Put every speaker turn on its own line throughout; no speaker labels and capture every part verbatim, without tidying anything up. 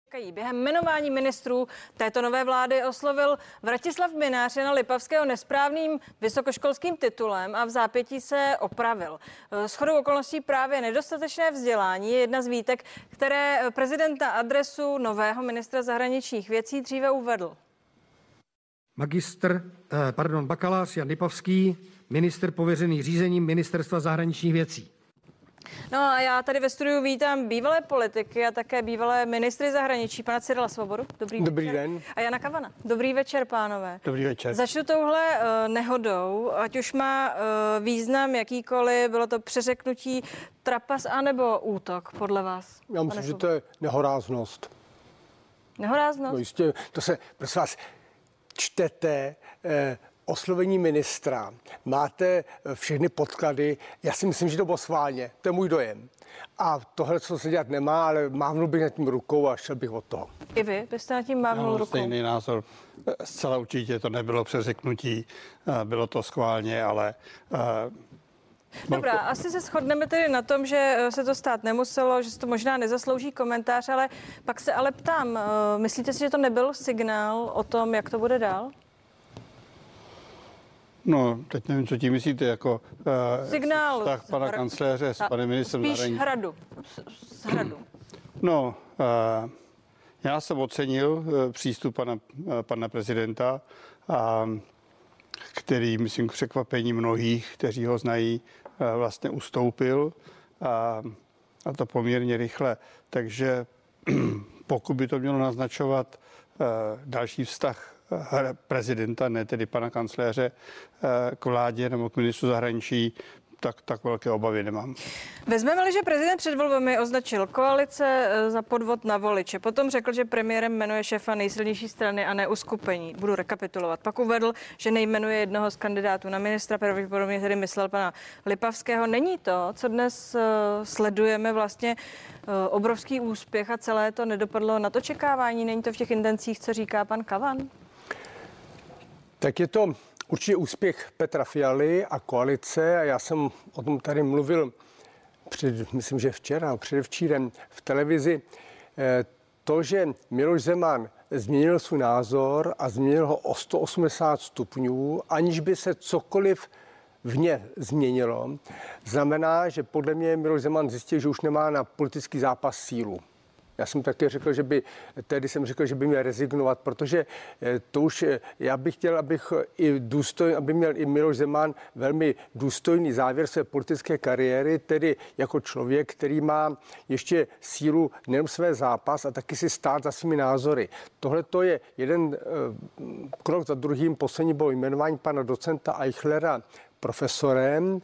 Během jmenování ministrů této nové vlády oslovil Vratislav Mynář Jana Lipavského nesprávným vysokoškolským titulem a v zápětí se opravil. Shodou okolností právě nedostatečné vzdělání je jedna z výtek, které prezident na adresu nového ministra zahraničních věcí dříve uvedl.
Magistr, pardon, bakalář Jan Lipavský, ministr pověřený řízením Ministerstva zahraničních věcí.
No a já tady ve studiu vítám bývalé politiky a také bývalé ministry zahraničí, pana Cyrila Svobodu. Dobrý,
Dobrý
večer.
den.
A Jana Kavana. Dobrý večer, pánové.
Dobrý večer.
Začnu touhle uh, nehodou, ať už má uh, význam jakýkoliv, bylo to přeřeknutí, trapas anebo útok, podle vás?
Já myslím, že to je nehoráznost.
Nehoráznost?
No jistě, to se, prosím vás, čtete eh, oslovení ministra, máte všechny podklady, já si myslím, že to bylo schválně, to je můj dojem. A tohle, co se dělat nemá, ale mávnul bych nad tím rukou a šel bych od toho.
I vy byste nad tím mávnul rukou?
Stejný názor. Zcela určitě to nebylo přeřeknutí, bylo to schválně, ale...
Dobrá, asi se shodneme tedy na tom, že se to stát nemuselo, že se to možná nezaslouží komentář, ale pak se ale ptám, myslíte si, že to nebyl signál o tom, jak to bude dál?
No, teď nevím, co tím myslíte, jako uh,
signál
vztah pana hra... kancléře s panem ministrem
zahraničí.
Spíš
hradu. Z hradu.
No, uh, já jsem ocenil uh, přístup pana, uh, pana prezidenta, uh, který, myslím, k překvapení mnohých, kteří ho znají, uh, vlastně ustoupil a, a to poměrně rychle. Takže pokud by to mělo naznačovat uh, další vztah prezidenta, ne tedy pana kancléře, k vládě nebo k ministru zahraničí, tak, tak velké obavy nemám.
Vezmeme-li, že prezident před volbami označil koalice za podvod na voliče, potom řekl, že premiérem jmenuje šéfa nejsilnější strany a ne uskupení. Budu rekapitulovat. Pak uvedl, že nejmenuje jednoho z kandidátů na ministra, pravděpodobně tedy myslel pana Lipavského. Není to, co dnes uh, sledujeme, vlastně uh, obrovský úspěch a celé to nedopadlo nad očekávání? Není to v těch intencích, co říká pan Kavan?
Tak je to určitě úspěch Petra Fialy a koalice a já jsem o tom tady mluvil před, myslím, že včera, předevčírem v televizi. To, že Miloš Zeman změnil svůj názor a změnil ho o sto osmdesát stupňů, aniž by se cokoliv v ně změnilo, znamená, že podle mě Miloš Zeman zjistil, že už nemá na politický zápas sílu. Já jsem také řekl, že by, tehdy jsem řekl, že by měl rezignovat, protože to už, já bych chtěl, abych i důstoj, aby měl i Miloš Zeman velmi důstojný závěr své politické kariéry, tedy jako člověk, který má ještě sílu nejen své zápas a taky si stát za svými názory. Tohle to je jeden eh, krok za druhým. Poslední bylo jmenování pana docenta Eichlera profesorem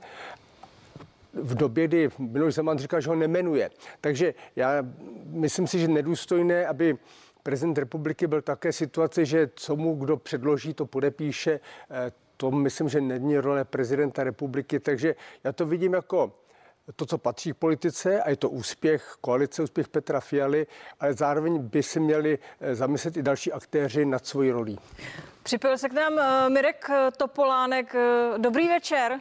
v době, kdy Miloš Zeman říkal, že ho nemenuje. Takže já myslím si, že nedůstojné, aby prezident republiky byl také situace, že co mu kdo předloží, to podepíše. To myslím, že není role prezidenta republiky. Takže já to vidím jako to, co patří k politice a je to úspěch koalice, úspěch Petra Fialy, ale zároveň by si měli zamyslet i další aktéři nad svojí rolí.
Připojil se k nám Mirek Topolánek. Dobrý večer.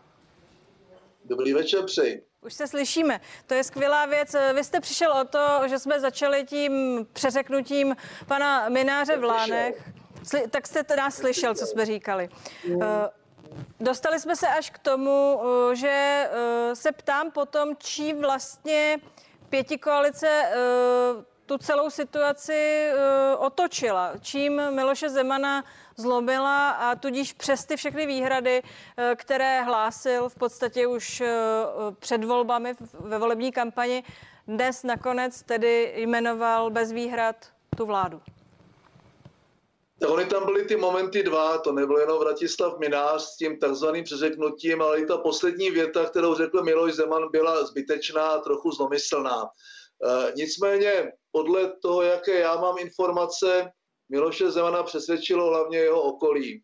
Dobrý večer, přeji.
Už se slyšíme. To je skvělá věc. Vy jste přišel o to, že jsme začali tím přeřeknutím pana Mynáře v Lánech. Sli- tak jste nás slyšel, co jsme říkali. Uh, dostali jsme se až k tomu, uh, že uh, se ptám potom, čí vlastně pětikoalice uh, tu celou situaci uh, otočila. Čím Miloše Zemana zlomila a tudíž přes ty všechny výhrady, které hlásil v podstatě už před volbami ve volební kampani, dnes nakonec tedy jmenoval bez výhrad tu vládu.
Tak oni tam byly ty momenty dva, to nebyl jenom Vratislav Mynář s tím takzvaným přeřeknutím, ale i ta poslední věta, kterou řekl Miloš Zeman, byla zbytečná a trochu zlomyslná. E, nicméně podle toho, jaké já mám informace, Miloše Zemana přesvědčilo hlavně jeho okolí.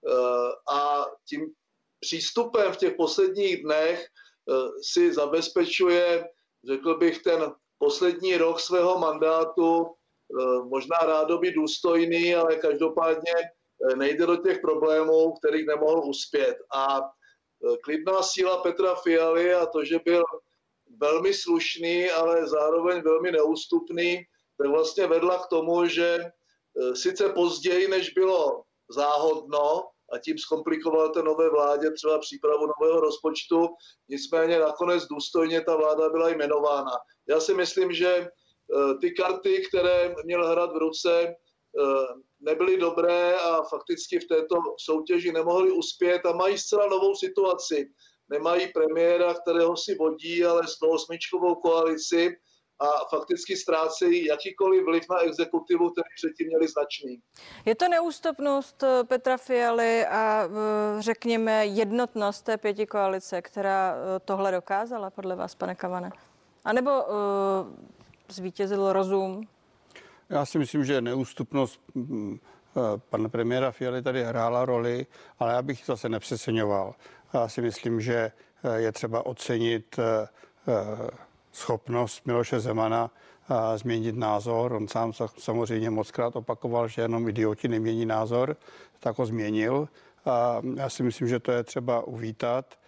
A tím přístupem v těch posledních dnech si zabezpečuje, řekl bych, ten poslední rok svého mandátu, možná rádoby důstojný, ale každopádně nejde do těch problémů, kterých nemohl uspět. A klidná síla Petra Fialy a to, že byl velmi slušný, ale zároveň velmi neústupný, tak vlastně vedla k tomu, že sice později, než bylo záhodno, a tím zkomplikoval té nové vládě třeba přípravu nového rozpočtu, nicméně nakonec důstojně ta vláda byla jmenována. Já si myslím, že ty karty, které měl hrát v ruce, nebyly dobré a fakticky v této soutěži nemohli uspět a mají zcela novou situaci. Nemají premiéra, kterého si vodí, ale sto osmičkovou koalici a fakticky ztrácejí jakýkoliv vliv na exekutivu, který předtím měli značný.
Je to neústupnost Petra Fialy a řekněme jednotnost té pětikoalice, která tohle dokázala podle vás, pane Kavane? A nebo uh, zvítězil rozum?
Já si myslím, že neústupnost pana premiéra Fialy tady hrála roli, ale já bych zase nepřeceňoval. Já si myslím, že je třeba ocenit schopnost Miloše Zemana změnit názor. On sám samozřejmě mockrát opakoval, že jenom idioti nemění názor, tak ho změnil. Já si myslím, že to je třeba uvítat.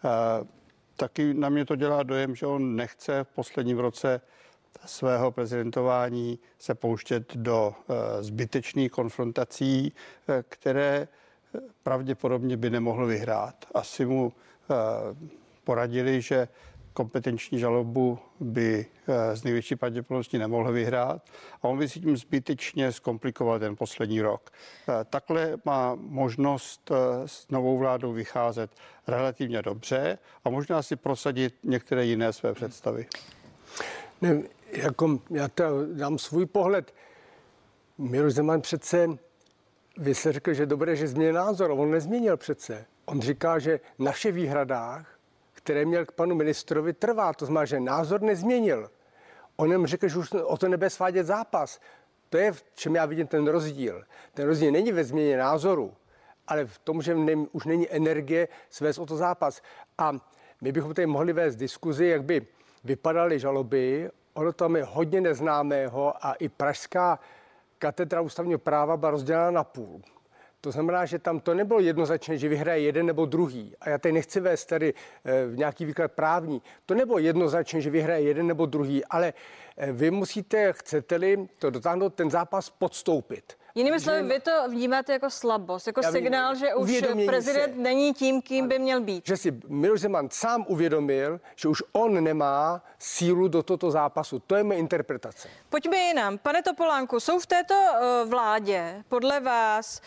Taky na mě to dělá dojem, že on nechce v posledním roce svého prezidentování se pouštět do zbytečných konfrontací, které pravděpodobně by nemohl vyhrát. Asi mu poradili, že kompetenční žalobu by z největší pravděpodobností nemohl vyhrát a on by si tím zbytečně zkomplikoval ten poslední rok. Takhle má možnost s novou vládou vycházet relativně dobře a možná si prosadit některé jiné své představy.
Ne, jako já to dám svůj pohled. Miloš Zeman přece, vy jste řekl, že dobré, že změnil názor, on nezměnil přece. On říká, že na všech výhradách, které měl k panu ministrovi, trvá. To znamená, že názor nezměnil. On jim řekl, že už o to nebude svádět zápas. To je, v čem já vidím ten rozdíl. Ten rozdíl není ve změně názoru, ale v tom, že ne, už není energie svést o to zápas. A my bychom tady mohli vést diskuzi, jak by vypadaly žaloby. Ono tam je hodně neznámého a i pražská katedra ústavního práva byla rozdělena na půl. To znamená, že tam to nebylo jednoznačně, že vyhraje jeden nebo druhý. A já tady nechci vést tady e, nějaký výklad právní. To nebylo jednoznačně, že vyhraje jeden nebo druhý, ale e, vy musíte, chcete-li to dotáhnout, ten zápas podstoupit.
Jinými slovy, vy to vnímáte jako slabost, jako signál, že už prezident se, není tím, kým by měl být.
Že si Miloš Zeman sám uvědomil, že už on nemá sílu do tohoto zápasu. To je moje interpretace.
Pojďme jinam. Pane Topolánku, jsou v této uh, vládě podle vás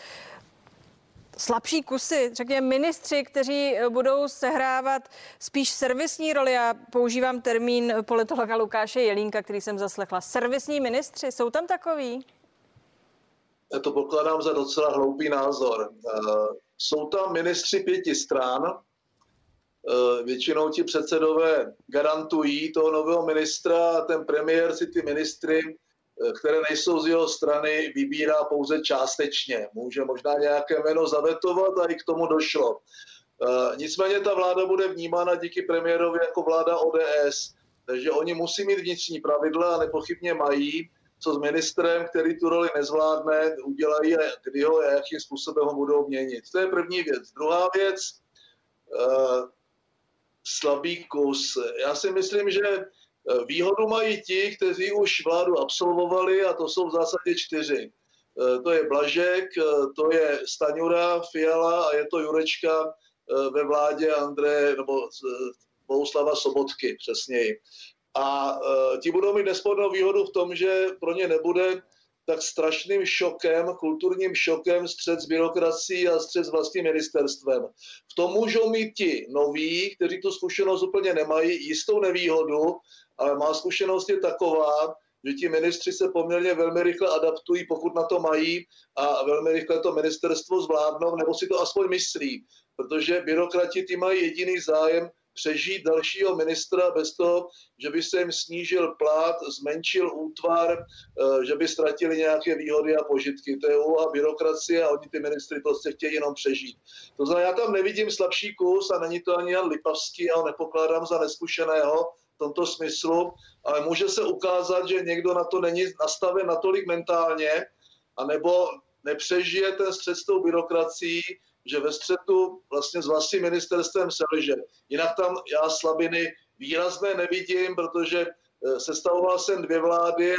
slabší kusy, řekněme ministři, kteří budou sehrávat spíš servisní roli? Já používám termín politologa Lukáše Jelínka, který jsem zaslechla. Servisní ministři, jsou tam takoví?
Já to pokládám za docela hloupý názor. Jsou tam ministři pěti stran, většinou ti předsedové garantují toho nového ministra a ten premiér si ty ministry, které nejsou z jeho strany, vybírá pouze částečně. Může možná nějaké jméno zavetovat a i k tomu došlo. Nicméně ta vláda bude vnímána díky premiérovi jako vláda O D S, takže oni musí mít vnitřní pravidla a nepochybně mají, co s ministrem, který tu roli nezvládne, udělají a kdy ho a jakým způsobem ho budou měnit. To je první věc. Druhá věc, uh, slabý kus. Já si myslím, že výhodu mají ti, kteří už vládu absolvovali a to jsou v zásadě čtyři. Uh, to je Blažek, uh, to je Stanjura, Fiala a je to Jurečka uh, ve vládě Andreje nebo uh, Bohuslava Sobotky přesněji. A uh, ti budou mít nespornou výhodu v tom, že pro ně nebude tak strašným šokem, kulturním šokem střet s byrokracií a střet s vlastním ministerstvem. V tom můžou mít ti noví, kteří tu zkušenost úplně nemají, jistou nevýhodu, ale má zkušenost je taková, že ti ministři se poměrně velmi rychle adaptují, pokud na to mají, a velmi rychle to ministerstvo zvládnou, nebo si to aspoň myslí, protože byrokrati ty mají jediný zájem přežít dalšího ministra bez toho, že by se jim snížil plat, zmenšil útvar, že by ztratili nějaké výhody a požitky. To je úloha byrokracie a oni ty ministry prostě chtějí jenom přežít. To znamená, já tam nevidím slabší kus a není to ani Jan Lipavský, já ho nepokládám za neskušeného v tomto smyslu, ale může se ukázat, že někdo na to není nastaven natolik mentálně, anebo nepřežije ten střet s tou byrokracií, že ve střetu vlastně s vlastním ministerstvem selže. Jinak tam já slabiny výrazné nevidím, protože sestavoval jsem dvě vlády a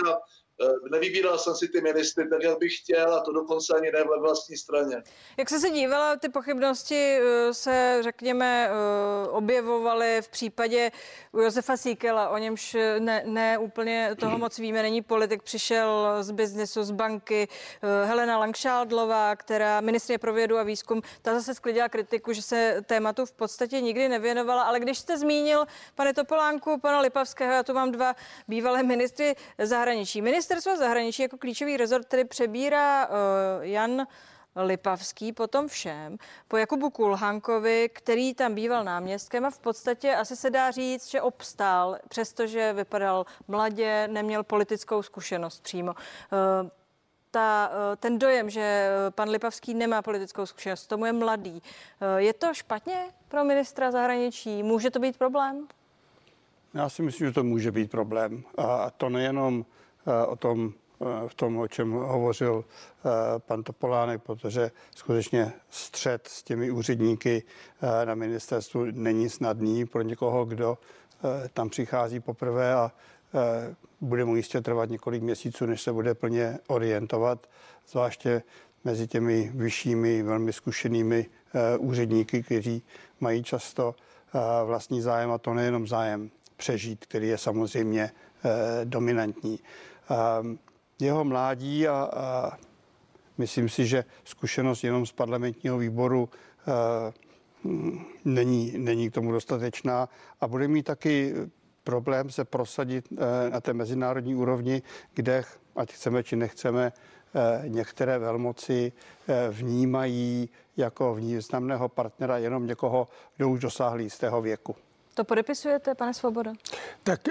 Nevybíral jsem si ty ministry tak, jak bych chtěl, a to dokonce ani ne ve vlastní straně.
Jak jsi se dívala, ty pochybnosti se, řekněme, objevovaly v případě Josefa Síkela, o němž ne, ne úplně toho moc víme, není politik, přišel z biznesu, z banky. Helena Langšádlová, která ministryně pro vědu a výzkum, ta zase sklidila kritiku, že se tématu v podstatě nikdy nevěnovala, ale když jste zmínil, pane Topolánku, pana Lipavského, já tu mám dva bývalé ministry zahraničí. Ministerstvo zahraničí jako klíčový rezort tedy přebírá uh, Jan Lipavský, potom všem, po Jakubu Kulhánkovi, který tam býval náměstkem a v podstatě asi se dá říct, že obstál, přestože vypadal mladě, neměl politickou zkušenost přímo. Uh, ta, uh, ten dojem, že pan Lipavský nemá politickou zkušenost, tomu je mladý. Uh, je to špatně pro ministra zahraničí? Může to být problém?
Já si myslím, že to může být problém. A to nejenom o tom, v tom, o čem hovořil pan Topolánek, protože skutečně střet s těmi úředníky na ministerstvu není snadný pro někoho, kdo tam přichází poprvé a bude mu jistě trvat několik měsíců, než se bude plně orientovat, zvláště mezi těmi vyššími, velmi zkušenými úředníky, kteří mají často vlastní zájem, a to nejenom zájem přežít, který je samozřejmě dominantní. Jeho mládí a, a myslím si, že zkušenost jenom z parlamentního výboru není, není k tomu dostatečná a bude mít taky problém se prosadit na té mezinárodní úrovni, kde, ať chceme či nechceme, některé velmoci vnímají jako významného partnera jenom někoho, kdo už dosáhl jistého věku.
To podepisujete, pane Svobodo?
Tak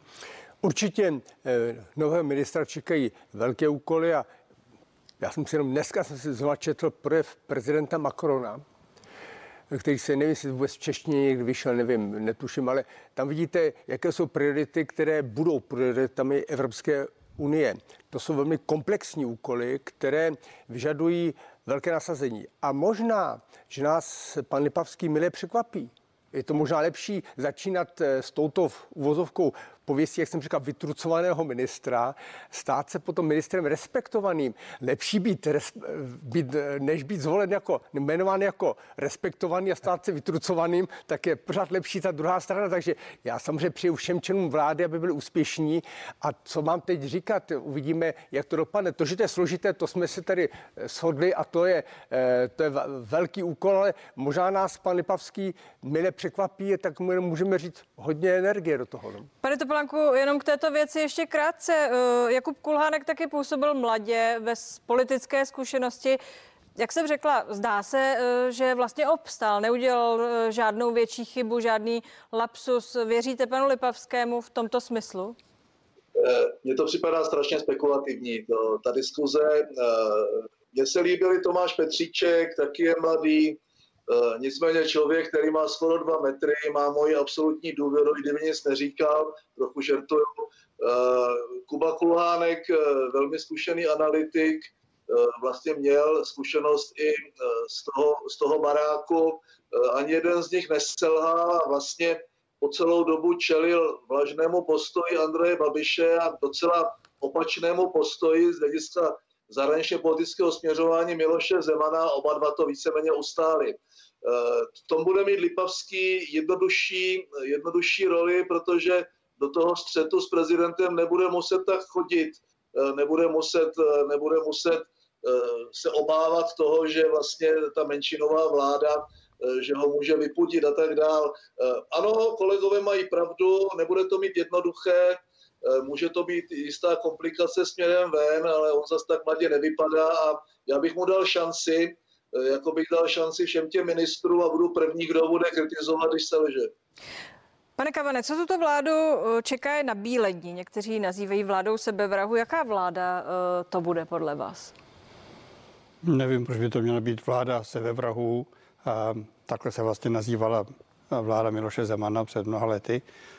určitě nového ministra čekají velké úkoly a já jsem si jenom dneska jsem si znovu četl projev prezidenta Macrona, který se, nevím, jestli vůbec v češtině někdy vyšel, nevím, netuším, ale tam vidíte, jaké jsou priority, které budou prioritami Evropské unie. To jsou velmi komplexní úkoly, které vyžadují velké nasazení. A možná, že nás pan Lipavský milé překvapí. Je to možná lepší začínat s touto uvozovkou pověstí, jak jsem říkal, vytrucovaného ministra, stát se potom ministrem respektovaným. Lepší být, být než být zvolen jako, jmenován jako respektovaný a stát se vytrucovaným, tak je pořád lepší ta druhá strana. Takže já samozřejmě přeju všem členům vlády, aby byli úspěšní. A co mám teď říkat, uvidíme, jak to dopadne. To, že to je složité, to jsme se tady shodli a to je, to je velký úkol, ale možná nás pan Lipavský mile překvapí, tak můžeme říct hodně energie do toho. No.
Pane Topolánku, jenom k této věci ještě krátce. Jakub Kulhánek taky působil mladě, bez politické zkušenosti. Jak jsem řekla, zdá se, že vlastně obstál, neudělal žádnou větší chybu, žádný lapsus. Věříte panu Lipavskému v tomto smyslu?
Mně to připadá strašně spekulativní. To, ta diskuze. Mně se líbil Tomáš Petříček, taky je mladý. Uh, nicméně člověk, který má skoro dva metry, má moji absolutní důvěru, kdyby nic neříkal, trochu žertuju. Uh, Kuba Kulhánek, uh, velmi zkušený analytik, uh, vlastně měl zkušenost i uh, z, toho, z toho baráku. Uh, ani jeden z nich neselhal a vlastně po celou dobu čelil vlažnému postoji Andreje Babiše a docela opačnému postoji z hlediska zahraničně politického směřování Miloše Zemana. Oba dva to víceméně ustáli. V tom bude mít Lipavský jednodušší, jednodušší roli, protože do toho střetu s prezidentem nebude muset tak chodit, nebude muset, nebude muset se obávat toho, že vlastně ta menšinová vláda, že ho může vypudit a tak dál. Ano, kolegové mají pravdu, nebude to mít jednoduché, může to být jistá komplikace směrem ven, ale on zase tak mladě nevypadá a já bych mu dal šanci, jako bych dal šanci všem těm ministrům a budu první, kdo bude kritizovat, když se lže.
Pane Kavane, co tuto vládu čeká je nabílení? Někteří nazývají vládou sebevrahu. Jaká vláda to bude podle vás?
Nevím, proč by to měla být vláda sebevrahu. Takhle se vlastně nazývala vláda Miloše Zemana před mnoha lety.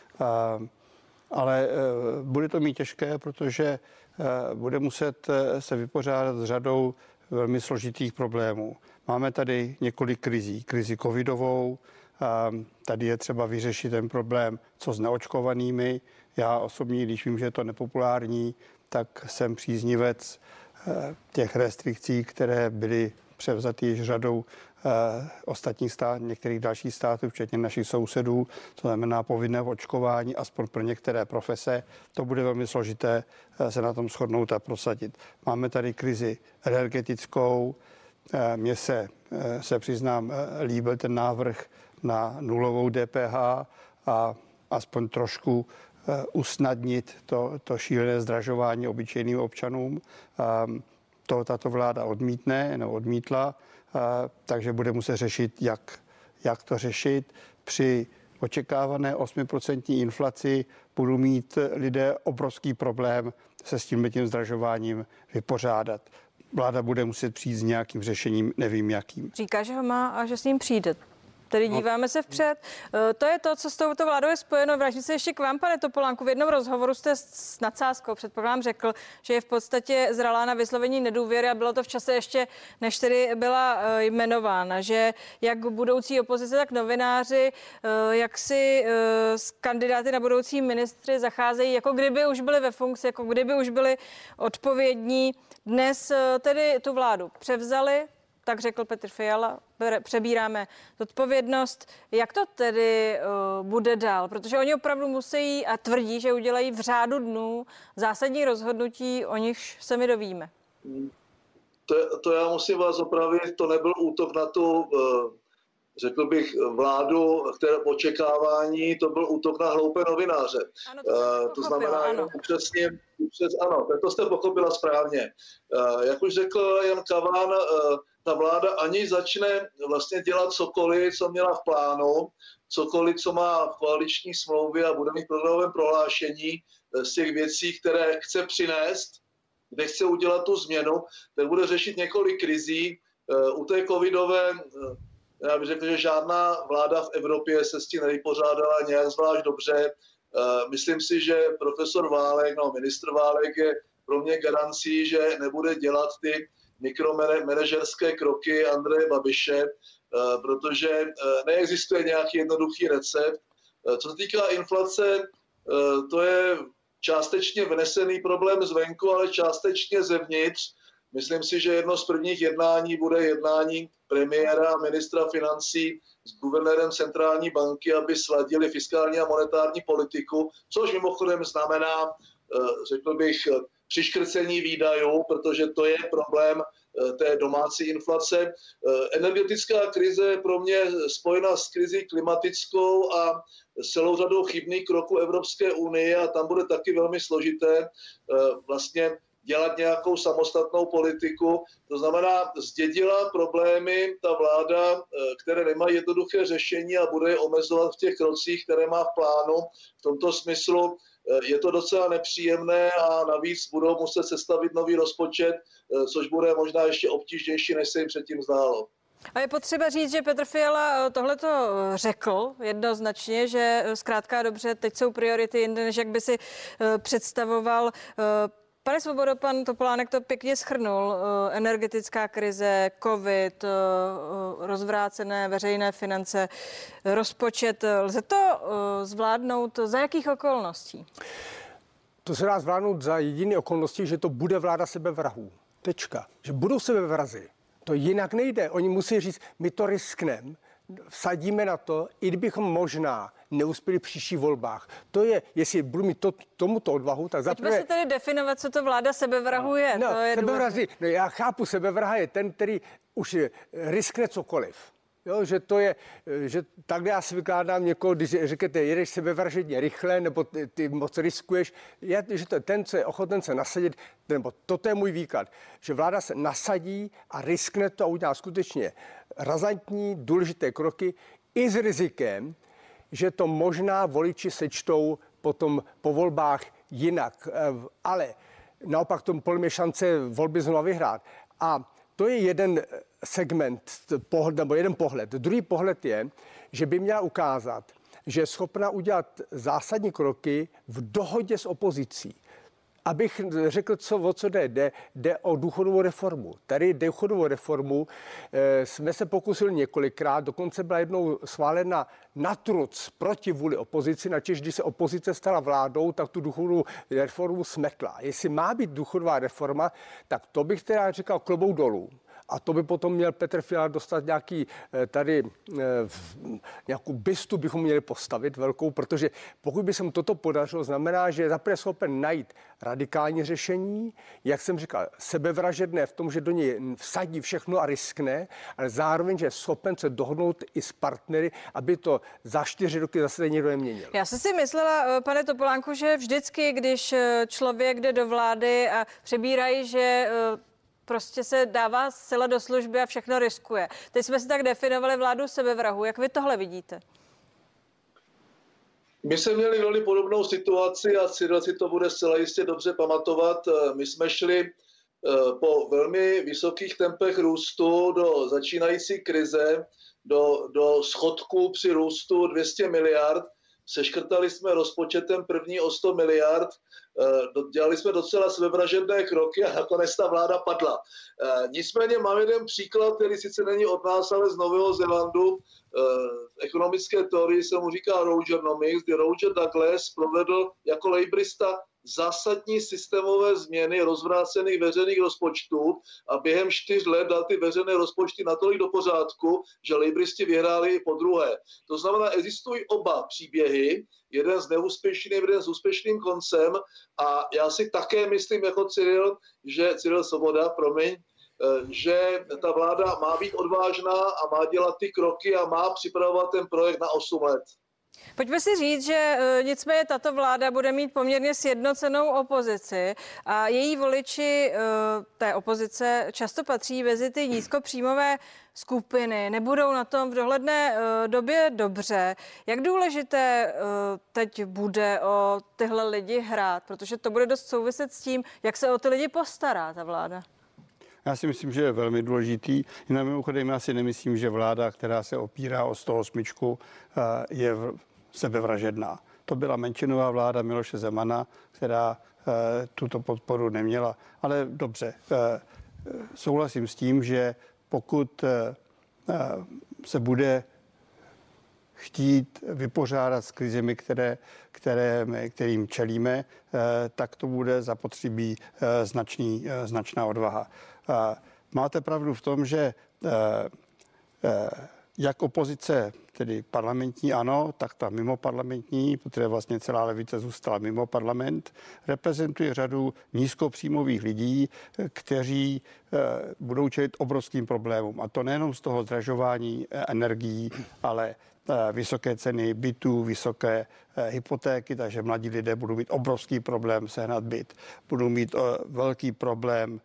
Ale bude to mít těžké, protože bude muset se vypořádat s řadou velmi složitých problémů. Máme tady několik krizí. Krizi covidovou, tady je třeba vyřešit ten problém, co s neočkovanými. Já osobně, když vím, že je to nepopulární, tak jsem příznivec těch restrikcí, které byly převzaty již řadou ostatních států, některých dalších států, včetně našich sousedů, to znamená povinné očkování, aspoň pro některé profese. To bude velmi složité se na tom shodnout a prosadit. Máme tady krizi energetickou. Mně se, se přiznám, líbil ten návrh na nulovou D P H a aspoň trošku usnadnit to, to šílené zdražování obyčejným občanům. To tato vláda odmítne, nebo odmítla, takže bude muset řešit, jak, jak to řešit. Při očekávané osm procent inflaci budou mít lidé obrovský problém se s tím tím zdražováním vypořádat. Vláda bude muset přijít s nějakým řešením, nevím jakým.
Říká, že ho má a že s ním přijde. Tedy díváme se vpřed. To je to, co s touto vládou je spojeno. Vrátím se ještě k vám, pane Topolánku. V jednom rozhovoru jste s nadsázkou, předpokládám, řekl, že je v podstatě zralá na vyslovení nedůvěry a bylo to v čase ještě, než tedy byla jmenována, že jak budoucí opozice, tak novináři, jak si s kandidáty na budoucí ministry zacházejí, jako kdyby už byli ve funkci, jako kdyby už byli odpovědní. Dnes tedy tu vládu převzali, tak řekl Petr Fiala, přebíráme zodpovědnost. Jak to tedy uh, bude dál? Protože oni opravdu musí a tvrdí, že udělají v řádu dnů zásadní rozhodnutí, o nichž se mi dovíme.
To, to já musím vás opravit, to nebyl útok na tu, uh, řekl bych, vládu, které očekávání, to byl útok na hloupé novináře.
Ano, to, uh,
to znamená, ano. Přesně, přes, ano, tak to jste pochopila správně. Uh, jak už řekl Jan Kaván, uh, ta vláda ani začne vlastně dělat cokoliv, co měla v plánu, cokoliv, co má v koaliční smlouvě a bude mít v programovém prohlášení z těch věcí, které chce přinést, kde chce udělat tu změnu, tak bude řešit několik krizí. U té covidové, já bych řekl, že žádná vláda v Evropě se s tím nevypořádala nějak zvlášť dobře. Myslím si, že profesor Válek, no ministr Válek je pro mě garancí, že nebude dělat ty mikromanažerské kroky Andreje Babiše, protože neexistuje nějaký jednoduchý recept. Co se týká inflace, to je částečně vnesený problém zvenku, ale částečně zevnitř. Myslím si, že jedno z prvních jednání bude jednání premiéra a ministra financí s guvernérem centrální banky, aby sladili fiskální a monetární politiku, což mimochodem znamená, řekl bych, přiškrcení výdajů, protože to je problém té domácí inflace. Energetická krize je pro mě spojena s krizí klimatickou a s celou řadou chybných kroků Evropské unie a tam bude taky velmi složité vlastně dělat nějakou samostatnou politiku. To znamená, zdědila problémy ta vláda, které nemají jednoduché řešení a bude je omezovat v těch krocích, které má v plánu. V tomto smyslu je to docela nepříjemné a navíc budou muset sestavit nový rozpočet, což bude možná ještě obtížnější, než se jim předtím zdálo.
A je potřeba říct, že Petr Fiala tohleto řekl jednoznačně, že zkrátka dobře, teď jsou priority jinde, než jak by si představoval. Pane Svobodo, pan Topolánek to pěkně shrnul. Energetická krize, covid, rozvrácené veřejné finance, rozpočet. Lze to zvládnout za jakých okolností?
To se dá zvládnout za jediné okolnosti, že to bude vláda sebevrahů. Tečka. Že budou sebevrazi. To jinak nejde. Oni musí říct, my to riskneme, vsadíme na to, i kdybychom možná neuspěli v příštích volbách. To je, jestli budu mít to, tomuto odvahu, tak zaprvé...
Pojďme se tedy definovat, co to vláda sebevrahu je.
No,
to je
sebevrazi, no já chápu, sebevraha je ten, který už riskne cokoliv. Jo, že to je, že takhle já si vykládám někoho, když řeknete, jedeš sebevražedně rychle, nebo ty, ty moc riskuješ, je, že to je ten, co je ochoten se nasadit, nebo toto je můj výklad, že vláda se nasadí a riskne to a udělá skutečně razantní, důležité kroky i s rizikem, že to možná voliči sečtou potom po volbách jinak, ale naopak tomu podle šance volby znova vyhrát. A to je jeden segment, pohled, nebo jeden pohled. Druhý pohled je, že by měla ukázat, že je schopna udělat zásadní kroky v dohodě s opozicí. abych řekl, co, o co jde. jde. Jde o důchodovou reformu. Tady důchodovou reformu e, jsme se pokusili několikrát, dokonce byla jednou schválena na truc proti vůli opozici, načež když se opozice stala vládou, tak tu důchodovou reformu smetla. Jestli má být důchodová reforma, tak to bych teda říkal klobouk dolů. A to by potom měl Petr Fiala dostat nějaký tady nějakou bystu bychom měli postavit velkou, protože pokud by se mu toto podařilo, znamená, že je zaprvé schopen najít radikální řešení, jak jsem říkal, sebevražedné v tom, že do něj vsadí všechno a riskne, ale zároveň, že je schopen se dohodnout i s partnery, aby to za čtyři roky zase někdo neměnil.
Já jsem si myslela, pane Topolánku, že vždycky, když člověk jde do vlády a přebírají, že prostě se dává sila do služby a všechno riskuje. Teď jsme si tak definovali vládu sebevrahu. Jak vy tohle vidíte?
My jsme měli velmi podobnou situaci a Cyril si to bude zcela jistě dobře pamatovat. My jsme šli po velmi vysokých tempech růstu do začínající krize, do, do schodku při růstu dvě stě miliard. Seškrtali jsme rozpočetem první o sto miliard, dělali jsme docela sebevražedné kroky a nakonec ta vláda padla. Nicméně mám jeden příklad, který sice není od nás, ale z Nového Zélandu. V ekonomické teorii se mu říká Rogernomics, kdy Roger Douglas provedl jako lejbrista zásadní systémové změny rozvrácených veřejných rozpočtů a během čtyř let dal ty veřejné rozpočty natolik do pořádku, že lejbristi vyhráli i po druhé. To znamená, existují oba příběhy, jeden s neúspěšným, jeden s úspěšným koncem a já si také myslím jako Cyril, že Cyril Svoboda, promiň, že ta vláda má být odvážná a má dělat ty kroky a má připravovat ten projekt na osm let.
Pojďme si říct, že nicméně tato vláda bude mít poměrně sjednocenou opozici a její voliči té opozice často patří mezi ty nízkopříjmové skupiny. Nebudou na tom v dohledné době dobře. Jak důležité teď bude o tyhle lidi hrát? Protože to bude dost souviset s tím, jak se o ty lidi postará ta vláda.
Já si myslím, že je velmi důležitý. Jinak mimochodem já si nemyslím, že vláda, která se opírá o sto osm, je sebevražedná. To byla menšinová vláda Miloše Zemana, která tuto podporu neměla. Ale dobře, souhlasím s tím, že pokud se bude chtít vypořádat s krizemi, které, které, kterým čelíme, tak to bude zapotřebí značný, značná odvaha. Máte pravdu v tom, že jak opozice, tedy parlamentní ano, tak ta mimo parlamentní, protože vlastně celá levice zůstala mimo parlament, reprezentuje řadu nízkopříjmových lidí, kteří budou čelit obrovským problémům. A to nejenom z toho zdražování energií, ale vysoké ceny bytů, vysoké hypotéky, takže mladí lidé budou mít obrovský problém sehnat byt. Budou mít velký problém,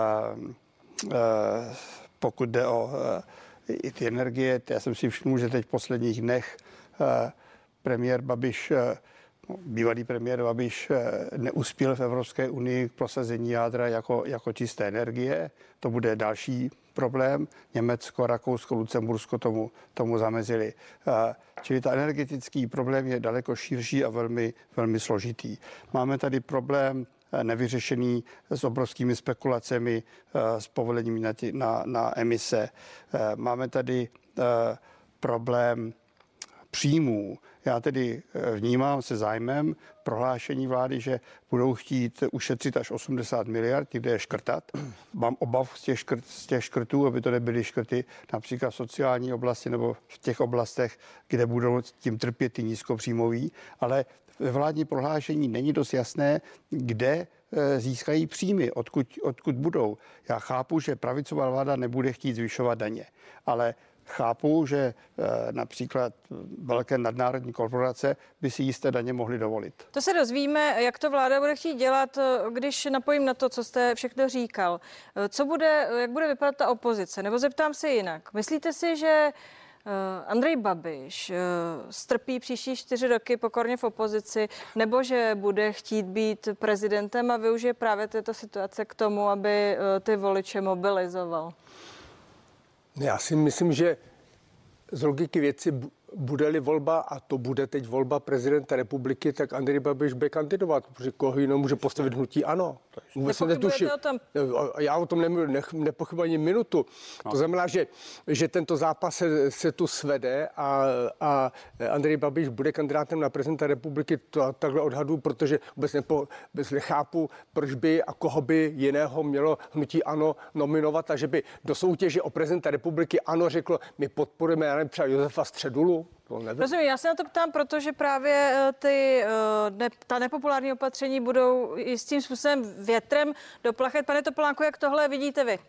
pokud jde o i ty energie. Já jsem si všiml, že teď v posledních dnech premiér Babiš, bývalý premiér Babiš neuspěl v Evropské unii k prosazení jádra jako, jako čisté energie. To bude další problém. Německo, Rakousko, Lucembursko tomu, tomu zamezili. Čili ta energetický problém je daleko širší a velmi, velmi složitý. Máme tady problém nevyřešený s obrovskými spekulacemi, s povolením na, tě, na, na emise. Máme tady problém příjmů. Já tedy vnímám se zájmem prohlášení vlády, že budou chtít ušetřit až osmdesát miliard, kde je škrtat. Mám obav z těch, škrt, z těch škrtů, aby to nebyly škrty například v sociální oblasti nebo v těch oblastech, kde budou tím trpět ty nízkopříjmoví, ale ve vládní prohlášení není dost jasné, kde získají příjmy, odkud, odkud budou. Já chápu, že pravicová vláda nebude chtít zvyšovat daně, ale chápu, že e, například velké nadnárodní korporace by si jisté daně mohly dovolit.
To se dozvíme, jak to vláda bude chtít dělat, když napojím na to, co jste všechno říkal. Co bude, jak bude vypadat ta opozice? Nebo zeptám se jinak. Myslíte si, že Andrej Babiš strpí příští čtyři roky pokorně v opozici, nebo že bude chtít být prezidentem a využije právě této situace k tomu, aby ty voliče mobilizoval?
Já si myslím, že z logiky věci bude-li volba, a to bude teď volba prezidenta republiky, tak Andrej Babiš bude kandidovat, protože koho jiného může postavit hnutí ANO. Vůbec se netuším.
O tom?
Já o tom nemůžu, ne, nepochybuji ani minutu. No. To znamená, že, že tento zápas se, se tu svede a, a Andrej Babiš bude kandidátem na prezidenta republiky, to takhle odhadu, protože vůbec, nepo, vůbec nechápu, proč by a koho by jiného mělo hnutí ANO nominovat a že by do soutěže o prezidenta republiky ANO řeklo, my podporujeme, já nevím, třeba Josefa Středulu.
Rozumím, já se na to ptám, protože právě ty, ne, ta nepopulární opatření budou jistým způsobem větrem do plachet. Pane Topolánku, jak tohle vidíte vy?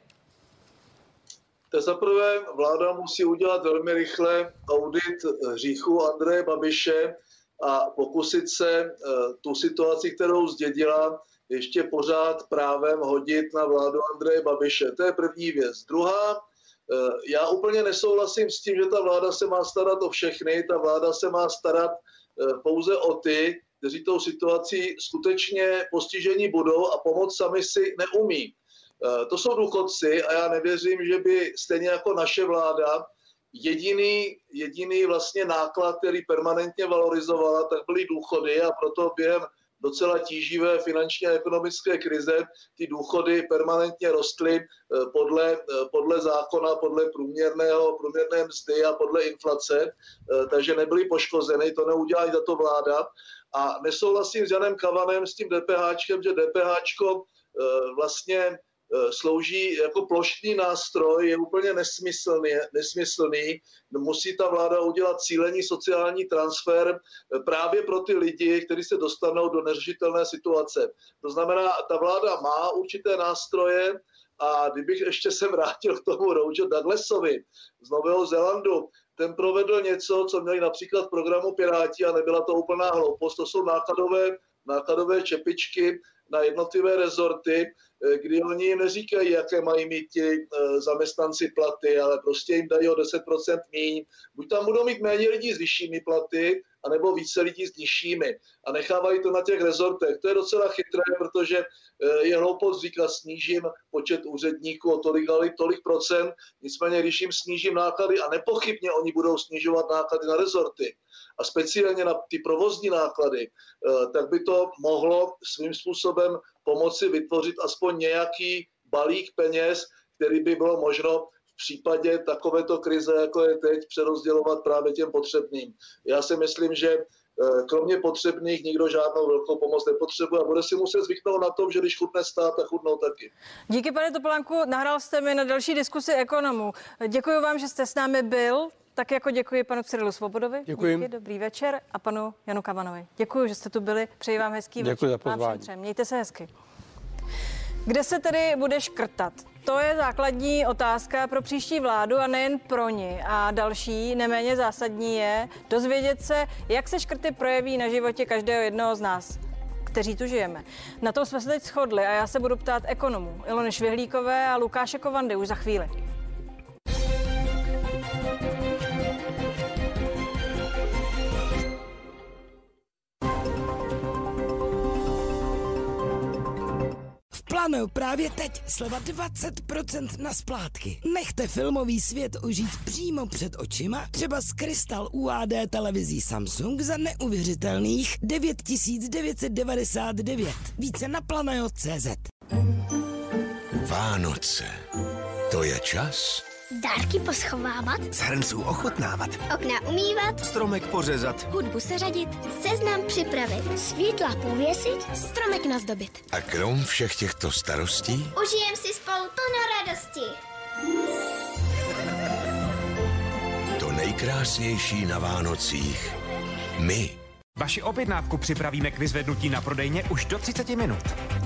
Za prvé, vláda musí udělat velmi rychle audit hříchu Andreje Babiše a pokusit se tu situaci, kterou zdědila, ještě pořád právem hodit na vládu Andreje Babiše. To je první věc. Druhá, já úplně nesouhlasím s tím, že ta vláda se má starat o všechny, ta vláda se má starat pouze o ty, kteří tou situací skutečně postižení budou a pomoct sami si neumí. To jsou důchodci a já nevěřím, že by stejně jako naše vláda jediný, jediný vlastně náklad, který permanentně valorizovala, tak byly důchody a proto během docela tíživé finanční a ekonomické krize ty důchody permanentně rostly podle, podle zákona, podle průměrného, průměrné mzdy a podle inflace, takže nebyly poškozeny, to neudělá i tato vláda. A nesouhlasím s Janem Kavanem s tím DPHčkem, že DPHčko vlastně slouží jako plošný nástroj, je úplně nesmyslný, nesmyslný. Musí ta vláda udělat cílený sociální transfer právě pro ty lidi, kteří se dostanou do neřešitelné situace. To znamená, ta vláda má určité nástroje a kdybych ještě se vrátil k tomu Roger Douglasovi z Nového Zélandu, ten provedl něco, co měli například v programu Piráti a nebyla to úplná hloupost, to jsou nákladové, nákladové čepičky na jednotlivé rezorty, kdy oni jim neříkají, jaké mají mít ti zaměstnanci platy, ale prostě jim dají o deset procent míň. Buď tam budou mít méně lidí s vyššími platy, anebo více lidí s nižšími. A nechávají to na těch rezortech. To je docela chytré, protože je hloupost říkat, snížím počet úředníků o tolik, tolik procent, nicméně když jim snížím náklady, a nepochybně oni budou snižovat náklady na rezorty, a speciálně na ty provozní náklady, tak by to mohlo svým způsobem pomoci vytvořit aspoň nějaký balík peněz, který by bylo možno v případě takovéto krize, jako je teď, přerozdělovat právě těm potřebným. Já si myslím, že kromě potřebných nikdo žádnou velkou pomoc nepotřebuje a bude si muset zvyknout na to, že když chudne stát, tak chudnou taky.
Díky, pane Topolánku, nahrál jste mi na další diskusi ekonomů. Děkuji vám, že jste s námi byl. Tak jako děkuji panu Cyrilu Svobodovi.
Děkuji.
Díky, dobrý večer. A panu Janu Kavanovi. Děkuji, že jste tu byli. Přeji vám hezký
děkuji
večer.
Za pozvání.
Mějte se hezky. Kde se tedy bude škrtat? To je základní otázka pro příští vládu a nejen pro ní. A další, neméně zásadní je dozvědět se, jak se škrty projeví na životě každého jednoho z nás, kteří tu žijeme. Na tom jsme se teď shodli a já se budu ptát ekonomů Ilony Švihlíkové a Lukáše Kovandy už za chvíli.
Plánujou právě teď sleva dvacet procent na splátky. Nechte filmový svět užít přímo před očima, třeba s Crystal U H D televizí Samsung za neuvěřitelných devět tisíc devět set devadesát devět. Více na planajo tečka cé zet.
Vánoce. To je čas
dárky poschovávat,
z hrnců ochutnávat,
okna umývat,
stromek pořezat,
hudbu seřadit, seznam připravit, světla pověsit, stromek nazdobit.
a krom všech těchto starostí
Užijem si spolu plno radosti.
to nejkrásnější na Vánocích. My.
Vaši objednávku připravíme k vyzvednutí na prodejně už do třicet minut.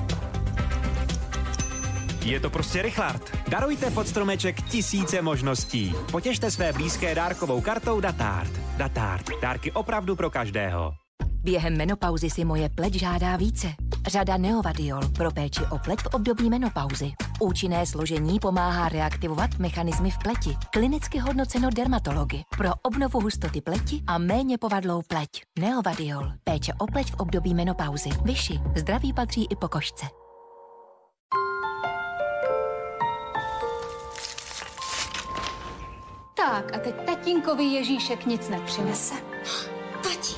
Je to prostě Richlard. Darujte pod stromeček tisíce možností. Potěšte své blízké dárkovou kartou Datard. Datard. Dárky opravdu pro každého.
Během menopauzy si moje pleť žádá více. Řada Neovadiol pro péči o pleť v období menopauzy. Účinné složení pomáhá reaktivovat mechanismy v pleti. Klinicky hodnoceno dermatology. Pro obnovu hustoty pleti a méně povadlou pleť. Neovadiol. Péče o pleť v období menopauzy. Vyši. Zdraví patří i po košce.
Tak, a teď tatínkovi Ježíšek nic nepřinese.
Tati.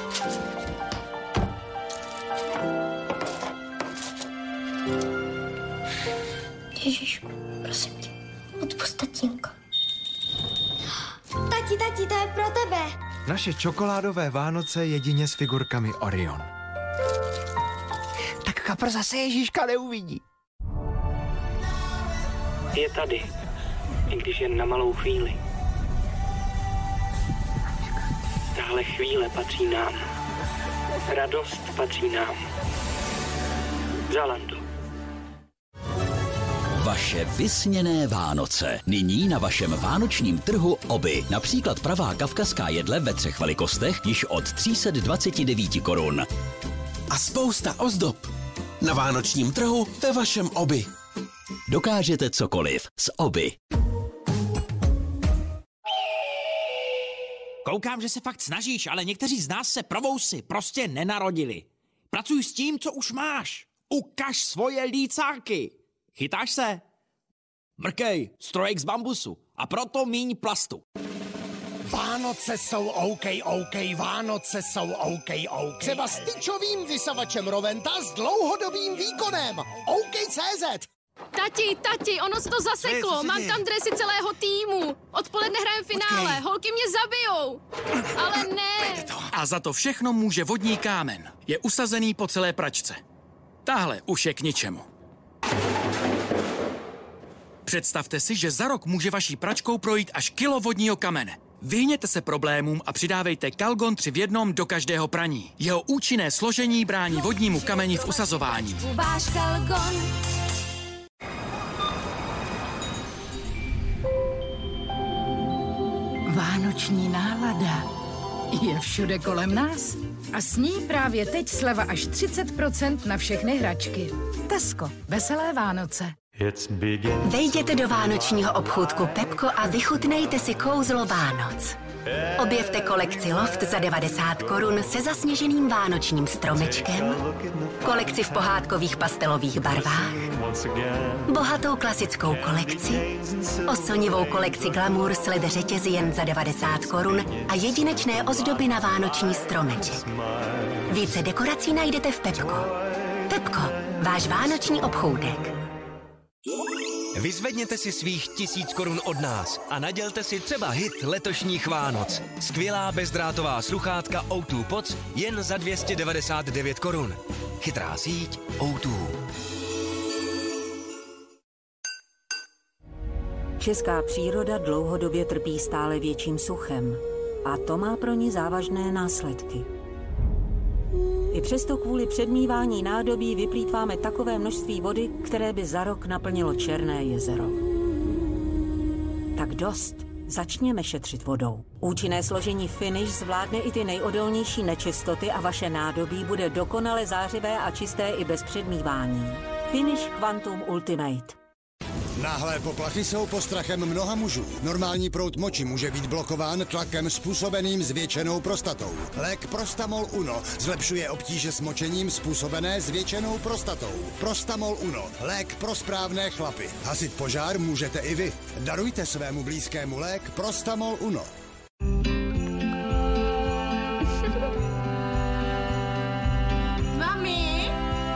Ježíš, prosím tě, odpusť tatínko. Tati, tati, to je pro tebe.
Naše čokoládové Vánoce jedině s figurkami Orion.
Tak kapr zase Ježíška neuvidí.
Je tady, i když jen na malou chvíli. Tahle chvíle patří nám. Radost patří nám. Zalando.
Vaše vysněné Vánoce. Nyní na vašem vánočním trhu Oby. Například pravá kavkazská jedle ve třech velikostech již od tři sta dvacet devět korun.
A spousta ozdob. Na vánočním trhu ve vašem Oby.
Dokážete cokoliv s Oby.
Koukám, že se fakt snažíš, ale někteří z nás se pro vousy prostě nenarodili. Pracuj s tím, co už máš. Ukaž svoje lícáky. Chytáš se? Mrkej, strojek z bambusu. A proto míň plastu.
Vánoce jsou OK, OK, Vánoce jsou OK, OK. Třeba s tyčovým vysavačem Roventa s dlouhodobým výkonem. OK tečka cé zet.
Tati, tati, ono se to zaseklo.
Hey,
Mám tam dresy celého týmu. Odpoledne hrajem finále.
Počkej.
Holky mě zabijou. Ale ne.
A za to všechno může vodní kámen. Je usazený po celé pračce. Tahle už je k ničemu. Představte si, že za rok může vaší pračkou projít až kilo vodního kamene. Vyhněte se problémům a přidávejte Kalgon tři v jednom do každého praní. Jeho účinné složení brání vodnímu kameni v usazování.
Váš Kalgon.
Vánoční nálada je všude kolem nás. A s ní právě teď sleva až třicet procent na všechny hračky. Tesco. Veselé Vánoce.
Vejděte do vánočního obchůdku Pepko a vychutnejte si kouzlo Vánoc. Objevte kolekci Loft za devadesát korun se zasněženým vánočním stromečkem, kolekci v pohádkových pastelových barvách, bohatou klasickou kolekci, oslnivou kolekci Glamour s led řetězy jen za devadesát korun a jedinečné ozdoby na vánoční stromeček. Více dekorací najdete v Pepko. Pepko, váš vánoční obchůdek.
Vyzvedněte si svých tisíc korun od nás a nadělte si třeba hit letošních Vánoc. Skvělá bezdrátová sluchátka ó dva Pods jen za dvě stě devadesát devět korun. Chytrá síť ó dva.
Česká příroda dlouhodobě trpí stále větším suchem a to má pro ní závažné následky. I přesto kvůli předmívání nádobí vyplýtváme takové množství vody, které by za rok naplnilo Černé jezero. Tak dost. Začněme šetřit vodou. Účinné složení Finish zvládne i ty nejodolnější nečistoty a vaše nádobí bude dokonale zářivé a čisté i bez předmívání. Finish Quantum Ultimate.
Náhlé poplachy jsou postrachem mnoha mužů. Normální proud moči může být blokován tlakem způsobeným zvětšenou prostatou. Lék Prostamol Uno zlepšuje obtíže s močením způsobené zvětšenou prostatou. Prostamol Uno, lék pro správné chlapy. Hasit požár můžete i vy. Darujte svému blízkému lék Prostamol Uno.
Mami?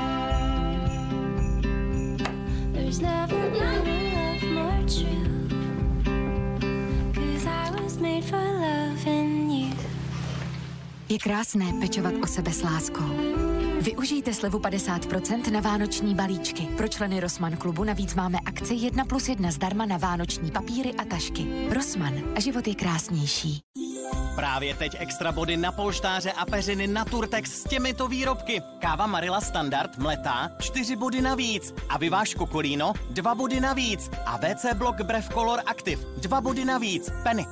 There's never been a love more true, 'cause I was made for loving you.
Je krásné pečovat o sebe s láskou. Využijte slevu padesát procent na vánoční balíčky. Pro členy Rossmann klubu navíc máme akci jedna plus jedna zdarma na vánoční papíry a tašky. Rossmann. A život je krásnější.
Právě teď extra body na polštáře a peřiny na Turtex s těmito výrobky. Káva Marilla Standard mletá, čtyři body navíc. A Viváš Kokolino, dva body navíc. A W C Block Brev Color Active, dva body navíc. Penny.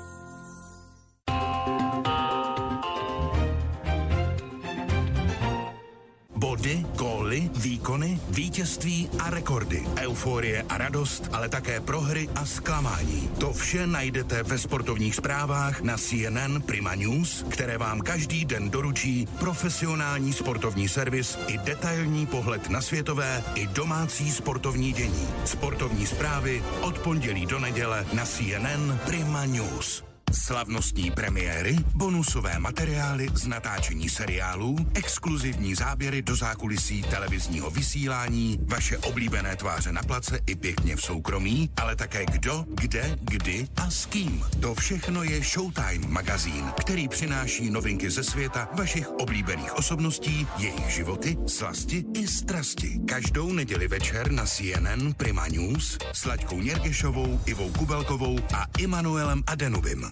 body, góly, výkony, vítězství a rekordy, euforie a radost, ale také prohry a zklamání. To vše najdete ve sportovních zprávách na C N N Prima News, které vám každý den doručí profesionální sportovní servis i detailní pohled na světové i domácí sportovní dění. Sportovní zprávy od pondělí do neděle na C N N Prima News. Slavnostní premiéry, bonusové materiály z natáčení seriálů, exkluzivní záběry do zákulisí televizního vysílání, vaše oblíbené tváře na place i pěkně v soukromí, ale také kdo, kde, kdy a s kým. To všechno je Showtime magazín, který přináší novinky ze světa vašich oblíbených osobností, jejich životy, slasti i strasti. Každou neděli večer na C N N Prima News s Laďkou Něrgešovou, Ivou Kubelkovou a Immanuelem Adenubim.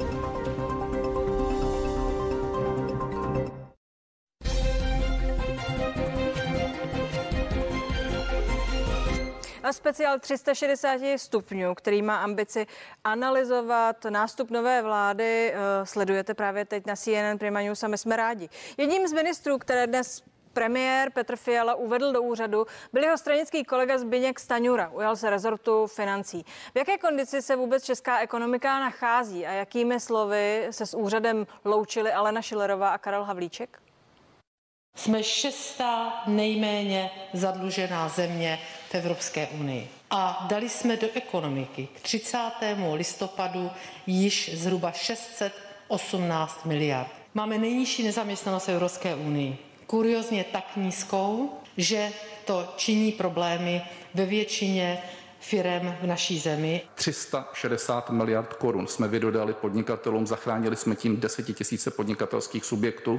A speciál tři sta šedesát stupňů, který má ambici analyzovat nástup nové vlády, sledujete právě teď na C N N Prima News a my jsme rádi. Jedním z ministrů, které dnes premiér Petr Fiala uvedl do úřadu, byl jeho stranický kolega Zbyněk Stanjura. Ujal se rezortu financí. V jaké kondici se vůbec česká ekonomika nachází a jakými slovy se s úřadem loučili Alena Schillerová a Karel Havlíček?
Jsme šestá nejméně zadlužená země v Evropské unii. A dali jsme do ekonomiky k třicátému listopadu již zhruba šest set osmnáct miliard. Máme nejnižší nezaměstnanost v Evropské unii. Kuriozně tak nízkou, že to činí problémy ve většině firem v naší zemi.
tři sta šedesát miliard korun jsme vydodali podnikatelům, zachránili jsme tím desetitisíce podnikatelských subjektů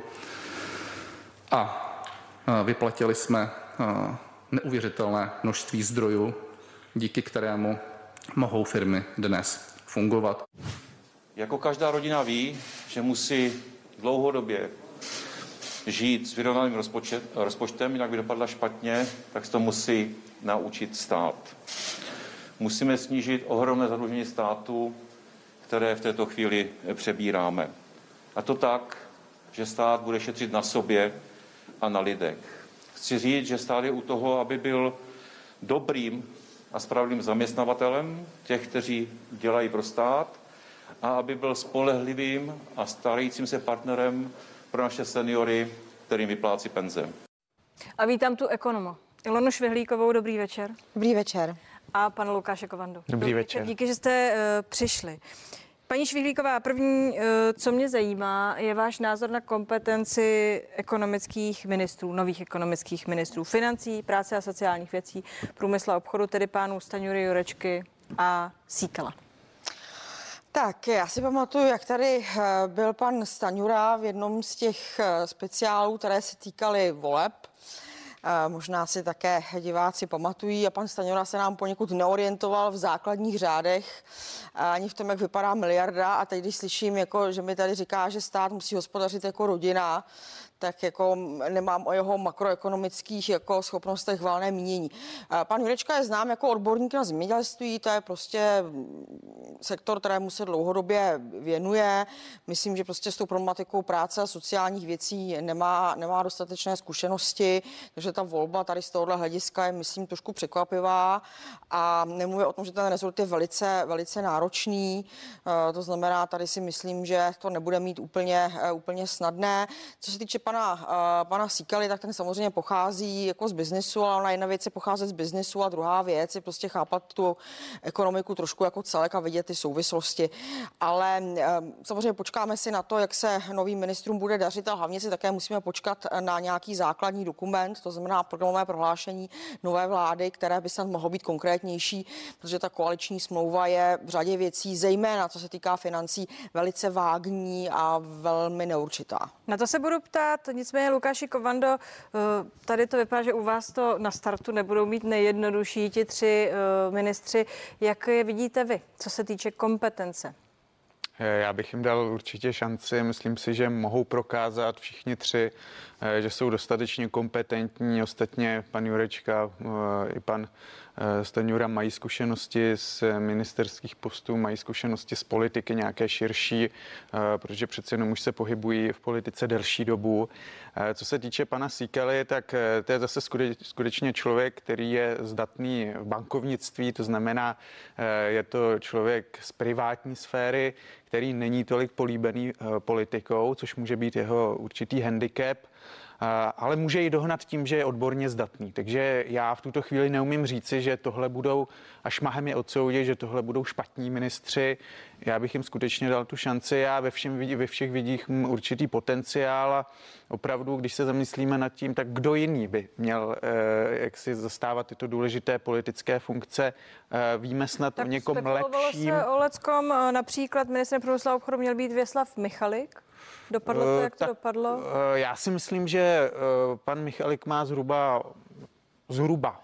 a vyplatili jsme neuvěřitelné množství zdrojů, díky kterému mohou firmy dnes fungovat.
Jako každá rodina ví, že musí dlouhodobě žít s vyrovnaným rozpočet, rozpočtem, jinak by dopadla špatně, tak se to musí naučit stát. Musíme snížit ohromné zadlužení státu, které v této chvíli přebíráme. A to tak, že stát bude šetřit na sobě a na lidech. Chci říct, že stát je u toho, aby byl dobrým a spravedlivým zaměstnavatelem těch, kteří dělají pro stát, a aby byl spolehlivým a starajícím se partnerem pro naše seniory, kterým vyplácí penze. A vítám tu ekonoma Ilonu Švihlíkovou. Dobrý večer.
Dobrý večer.
A pana Lukáše Kovandu.
Dobrý, Dobrý večer. večer.
Díky, že jste uh, přišli. Paní Švihlíková, první, uh, co mě zajímá, je váš názor na kompetenci ekonomických ministrů, nových ekonomických ministrů financí, práce a sociálních věcí, průmyslu a obchodu, tedy pánů Stanjury, Jurečky a Síkela.
Tak, já si pamatuju, jak tady byl pan Stanjura v jednom z těch speciálů, které se týkaly voleb. Možná si také diváci pamatují a pan Stanjura se nám poněkud neorientoval v základních řádech, ani v tom, jak vypadá miliarda. A teď, když slyším, jako, že mi tady říká, že stát musí hospodařit jako rodina, tak jako nemám o jeho makroekonomických jako schopnostech valné mínění. Pan Jurečka je znám jako odborník na zemědělství, to je prostě sektor, kterému se dlouhodobě věnuje. Myslím, že prostě s tou problematikou práce a sociálních věcí nemá, nemá dostatečné zkušenosti, takže ta volba tady z tohohle hlediska je, myslím, trošku překvapivá a nemluvím o tom, že ten rezort je velice, velice náročný. To znamená, tady si myslím, že to nebude mít úplně, úplně snadné. Co se týče pana Pana, pana Síkely, tak ten samozřejmě pochází jako z biznesu, ale ona jedna věc je pocházet z biznesu a druhá věc je prostě chápat tu ekonomiku trošku jako celek a vidět ty souvislosti. Ale samozřejmě počkáme si na to, jak se novým ministrům bude dařit a hlavně si také musíme počkat na nějaký základní dokument, to znamená programové prohlášení nové vlády, které by snad mohlo být konkrétnější, protože ta koaliční smlouva je v řadě věcí, zejména co se týká financí, velice vágní a velmi neurčitá.
Na to se budu ptát. Nicméně, Lukáši Kovando, tady to vypadá, že u vás to na startu nebudou mít nejjednodušší ti tři ministři. Jak je vidíte vy, co se týče kompetence?
Já bych jim dal určitě šanci. Myslím si, že mohou prokázat všichni tři, že jsou dostatečně kompetentní. Ostatně pan Jurečka i pan Stanjura mají zkušenosti z ministerských postů, mají zkušenosti z politiky nějaké širší, protože přece jenom už se pohybují v politice delší dobu. Co se týče pana Síkely, tak to je zase skutečně člověk, který je zdatný v bankovnictví, to znamená, je to člověk z privátní sféry, který není tolik políbený politikou, což může být jeho určitý handicap, ale může ji dohnat tím, že je odborně zdatný. Takže já v tuto chvíli neumím říci, že tohle budou, až šmahem je odsoudit, že tohle budou špatní ministři. Já bych jim skutečně dal tu šanci. Já ve, všem, ve všech vidích určitý potenciál a opravdu, když se zamyslíme nad tím, tak kdo jiný by měl eh, jak si zastávat tyto důležité politické funkce. Eh, víme snad tak o někom lepším.
Se o leckom, například ministrem průmyslu a obchodu měl být Věslav Michalik. Dopadlo to, jak to tak, dopadlo?
Já si myslím, že pan Michalik má zhruba, zhruba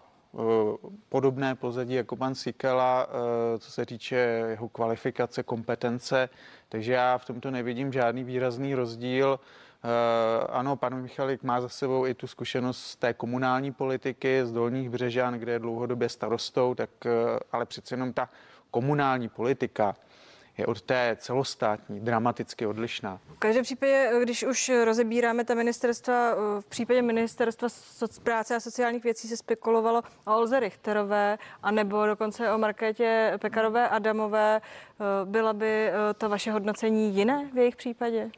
podobné pozadí jako pan Síkela, co se týče jeho kvalifikace, kompetence, takže já v tomto nevidím žádný výrazný rozdíl. Ano, pan Michalik má za sebou i tu zkušenost z té komunální politiky, z Dolních Břežan, kde je dlouhodobě starostou, tak ale přece jenom ta komunální politika je od té celostátní dramaticky odlišná.
V každém případě, když už rozebíráme ta ministerstva, v případě ministerstva práce a sociálních věcí se spekulovalo o Olze Richterové, anebo dokonce o Markétě Pekarové Adamové. Byla by to vaše hodnocení jiné v jejich případě?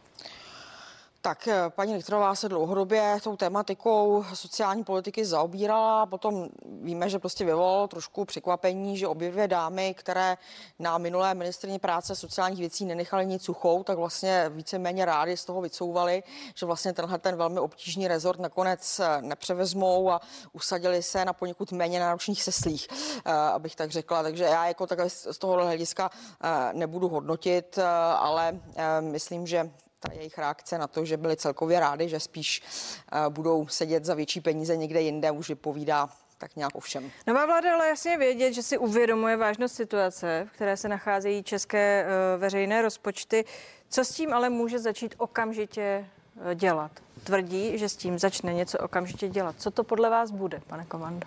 Tak paní Richterová se dlouhodobě tou tématikou sociální politiky zaobírala, potom víme, že prostě vyvolalo trošku překvapení, že obě dvě dámy, které na minulé ministryni práce a sociálních věcí nenechaly nic suchou, tak vlastně víceméně rádi z toho vycouvaly, že vlastně tenhle ten velmi obtížný rezort nakonec nepřevezmou a usadili se na poněkud méně náročných seslích, abych tak řekla. Takže já jako takhle z toho hlediska nebudu hodnotit, ale myslím, že ta jejich reakce na to, že byli celkově rádi, že spíš uh, budou sedět za větší peníze někde jinde, už vypovídá tak nějak o všem.
Nová vláda ale jasně vědět, že si uvědomuje vážnost situace, v které se nacházejí české uh, veřejné rozpočty. Co s tím ale může začít okamžitě uh, dělat? Tvrdí, že s tím začne něco okamžitě dělat. Co to podle vás bude, pane komando?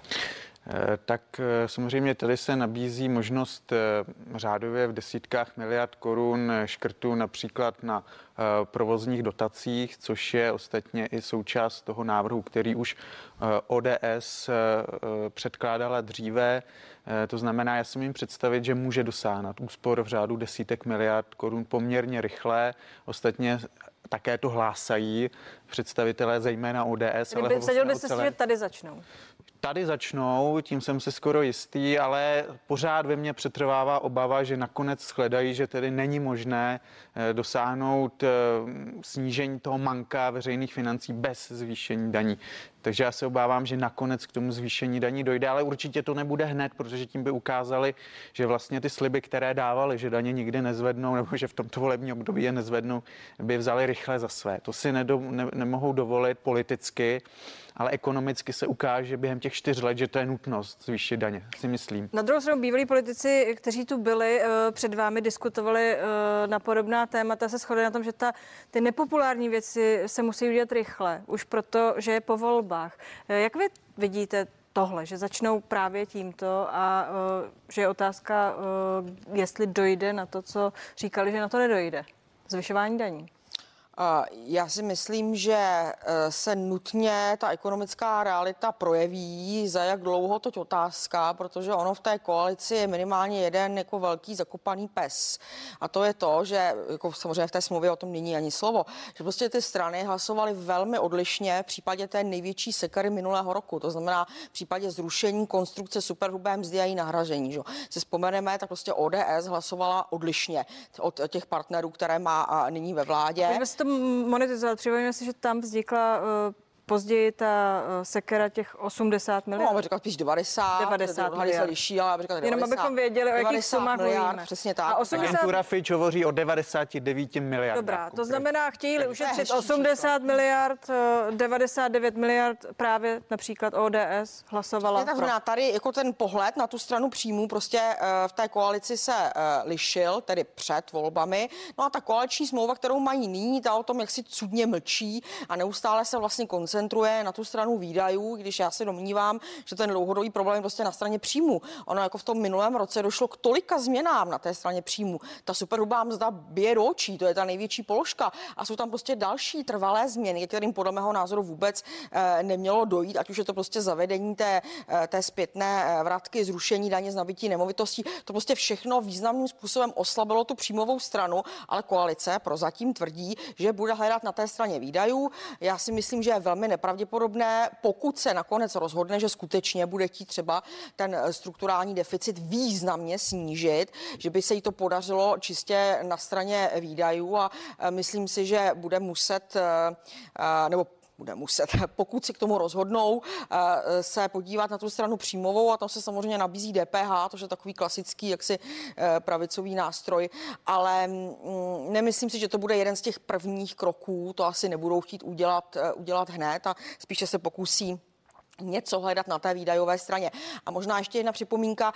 Tak samozřejmě tady se nabízí možnost řádově v desítkách miliard korun škrtů například na provozních dotacích, což je ostatně i součást toho návrhu, který už O D S předkládala dříve. To znamená, já si můžu představit, že může dosáhnout úspor v řádu desítek miliard korun poměrně rychle. Ostatně také to hlásají představitelé zejména O D S.
Kdyby vsadil byste si, že tady začnou?
Tady začnou, tím jsem si skoro jistý, ale pořád ve mně přetrvává obava, že nakonec shledají, že tedy není možné dosáhnout snížení toho manka veřejných financí bez zvýšení daní. Takže já se obávám, že nakonec k tomu zvýšení daní dojde, ale určitě to nebude hned, protože tím by ukázali, že vlastně ty sliby, které dávali, že daně nikdy nezvednou, nebo že v tomto volebním období je nezvednou, by vzali rychle za své. To si nedo, ne, nemohou dovolit politicky, ale ekonomicky se ukáže během těch čtyř let, že to je nutnost zvýšit daně, si myslím.
Na druhou stranu bývalí politici, kteří tu byli, před vámi diskutovali na podobná témata, se shodli na tom, že ta, ty nepopulární věci se musí udělat rychle, už proto, že je po volbách. Jak vy vidíte tohle, že začnou právě tímto a že je otázka, jestli dojde na to, co říkali, že na to nedojde, zvyšování daní?
Já si myslím, že se nutně ta ekonomická realita projeví, za jak dlouho toť otázka, protože ono v té koalici je minimálně jeden jako velký zakopaný pes. A to je to, že jako samozřejmě v té smlouvě o tom není ani slovo, že prostě ty strany hlasovaly velmi odlišně v případě té největší sekary minulého roku. To znamená v případě zrušení konstrukce superhrubé mzdy a její nahrazení. Že? Si vzpomeneme, tak prostě O D S hlasovala odlišně od těch partnerů, které má nyní ve vládě.
Monetizovat. Připomeňme si, že tam vznikla uh, později ta uh, sekera těch osmdesát miliard.
No, říkal spíš devadesát.
devadesát miliard.
Liší, ale říkal
Jenom abychom věděli, o jakých sumách mluvíme.
Přesně tak.
A osmdesát...
Agentura Fitch hovoří o devadesát devět miliard.
Dobrá, konkrétně. To znamená, chtějí ušetřit osmdesát miliard, devadesát devět miliard právě například O D S hlasovala.
Přesně tak znamená, tady jako ten pohled na tu stranu příjmů prostě uh, v té koalici se uh, lišil, tedy před volbami. No a ta koaliční smlouva, kterou mají nyní, ta o tom, jak si cudně mlčí a neustále se vlastně koncentruje koncentruje na tu stranu výdajů, když já se domnívám, že ten dlouhodobý problém je prostě na straně příjmu. Ono jako v tom minulém roce došlo k tolika změnám na té straně příjmu. Ta superhrubá mzda bije do očí, to je ta největší položka a jsou tam prostě další trvalé změny, kterým podle mého názoru vůbec e, nemělo dojít, ať už je to prostě zavedení té, e, té zpětné vratky, zrušení daně z nabytí nemovitostí. To prostě všechno významným způsobem oslabilo tu příjmovou stranu, ale koalice prozatím tvrdí, že bude hledat na té straně výdajů. Já si myslím, že je velmi nepravděpodobné, pokud se nakonec rozhodne, že skutečně bude chtít třeba ten strukturální deficit významně snížit, že by se jí to podařilo čistě na straně výdajů a myslím si, že bude muset nebo bude muset, pokud si k tomu rozhodnou, se podívat na tu stranu příjmovou a tam se samozřejmě nabízí D P H, to je takový klasický jaksi pravicový nástroj, ale nemyslím si, že to bude jeden z těch prvních kroků, to asi nebudou chtít udělat, udělat hned a spíše se pokusí něco hledat na té výdajové straně. A možná ještě jedna připomínka,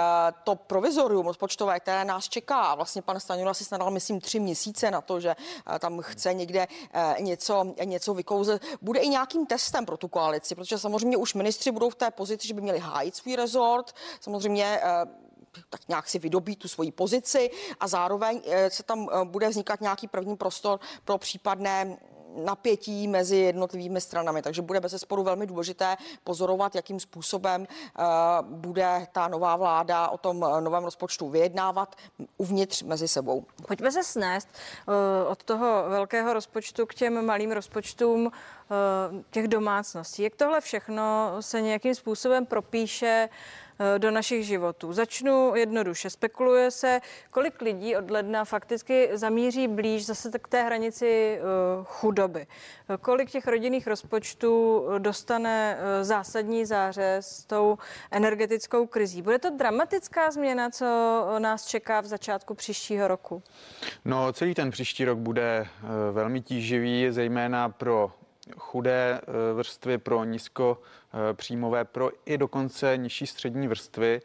to provizorium rozpočtové, které nás čeká, a vlastně pan Stanjura si snadal, myslím, tři měsíce na to, že tam chce někde něco, něco vykouzet, bude i nějakým testem pro tu koalici, protože samozřejmě už ministři budou v té pozici, že by měli hájit svůj rezort, samozřejmě tak nějak si vydobít tu svoji pozici a zároveň se tam bude vznikat nějaký první prostor pro případné napětí mezi jednotlivými stranami. Takže bude bezesporu velmi důležité pozorovat, jakým způsobem uh, bude ta nová vláda o tom novém rozpočtu vyjednávat uvnitř mezi sebou.
Pojďme se snést uh, od toho velkého rozpočtu k těm malým rozpočtům uh, těch domácností. Jak tohle všechno se nějakým způsobem propíše do našich životů. Začnu jednoduše. Spekuluje se, kolik lidí od ledna fakticky zamíří blíž zase k té hranici uh, chudoby. Kolik těch rodinných rozpočtů dostane uh, zásadní zářez s tou energetickou krizí. Bude to dramatická změna, co nás čeká v začátku příštího roku?
No, celý ten příští rok bude uh, velmi tíživý, zejména pro chudé vrstvy, pro nízkopříjmové, pro i dokonce nižší střední vrstvy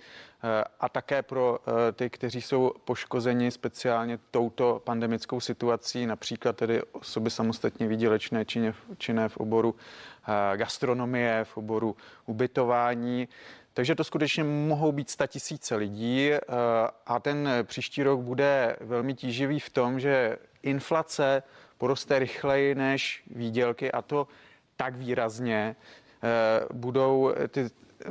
a také pro ty, kteří jsou poškozeni speciálně touto pandemickou situací, například tedy osoby samostatně výdělečné činné v oboru gastronomie, v oboru ubytování. Takže to skutečně mohou být statisíce lidí a ten příští rok bude velmi tíživý v tom, že inflace poroste rychleji než výdělky a to tak výrazně budou ty,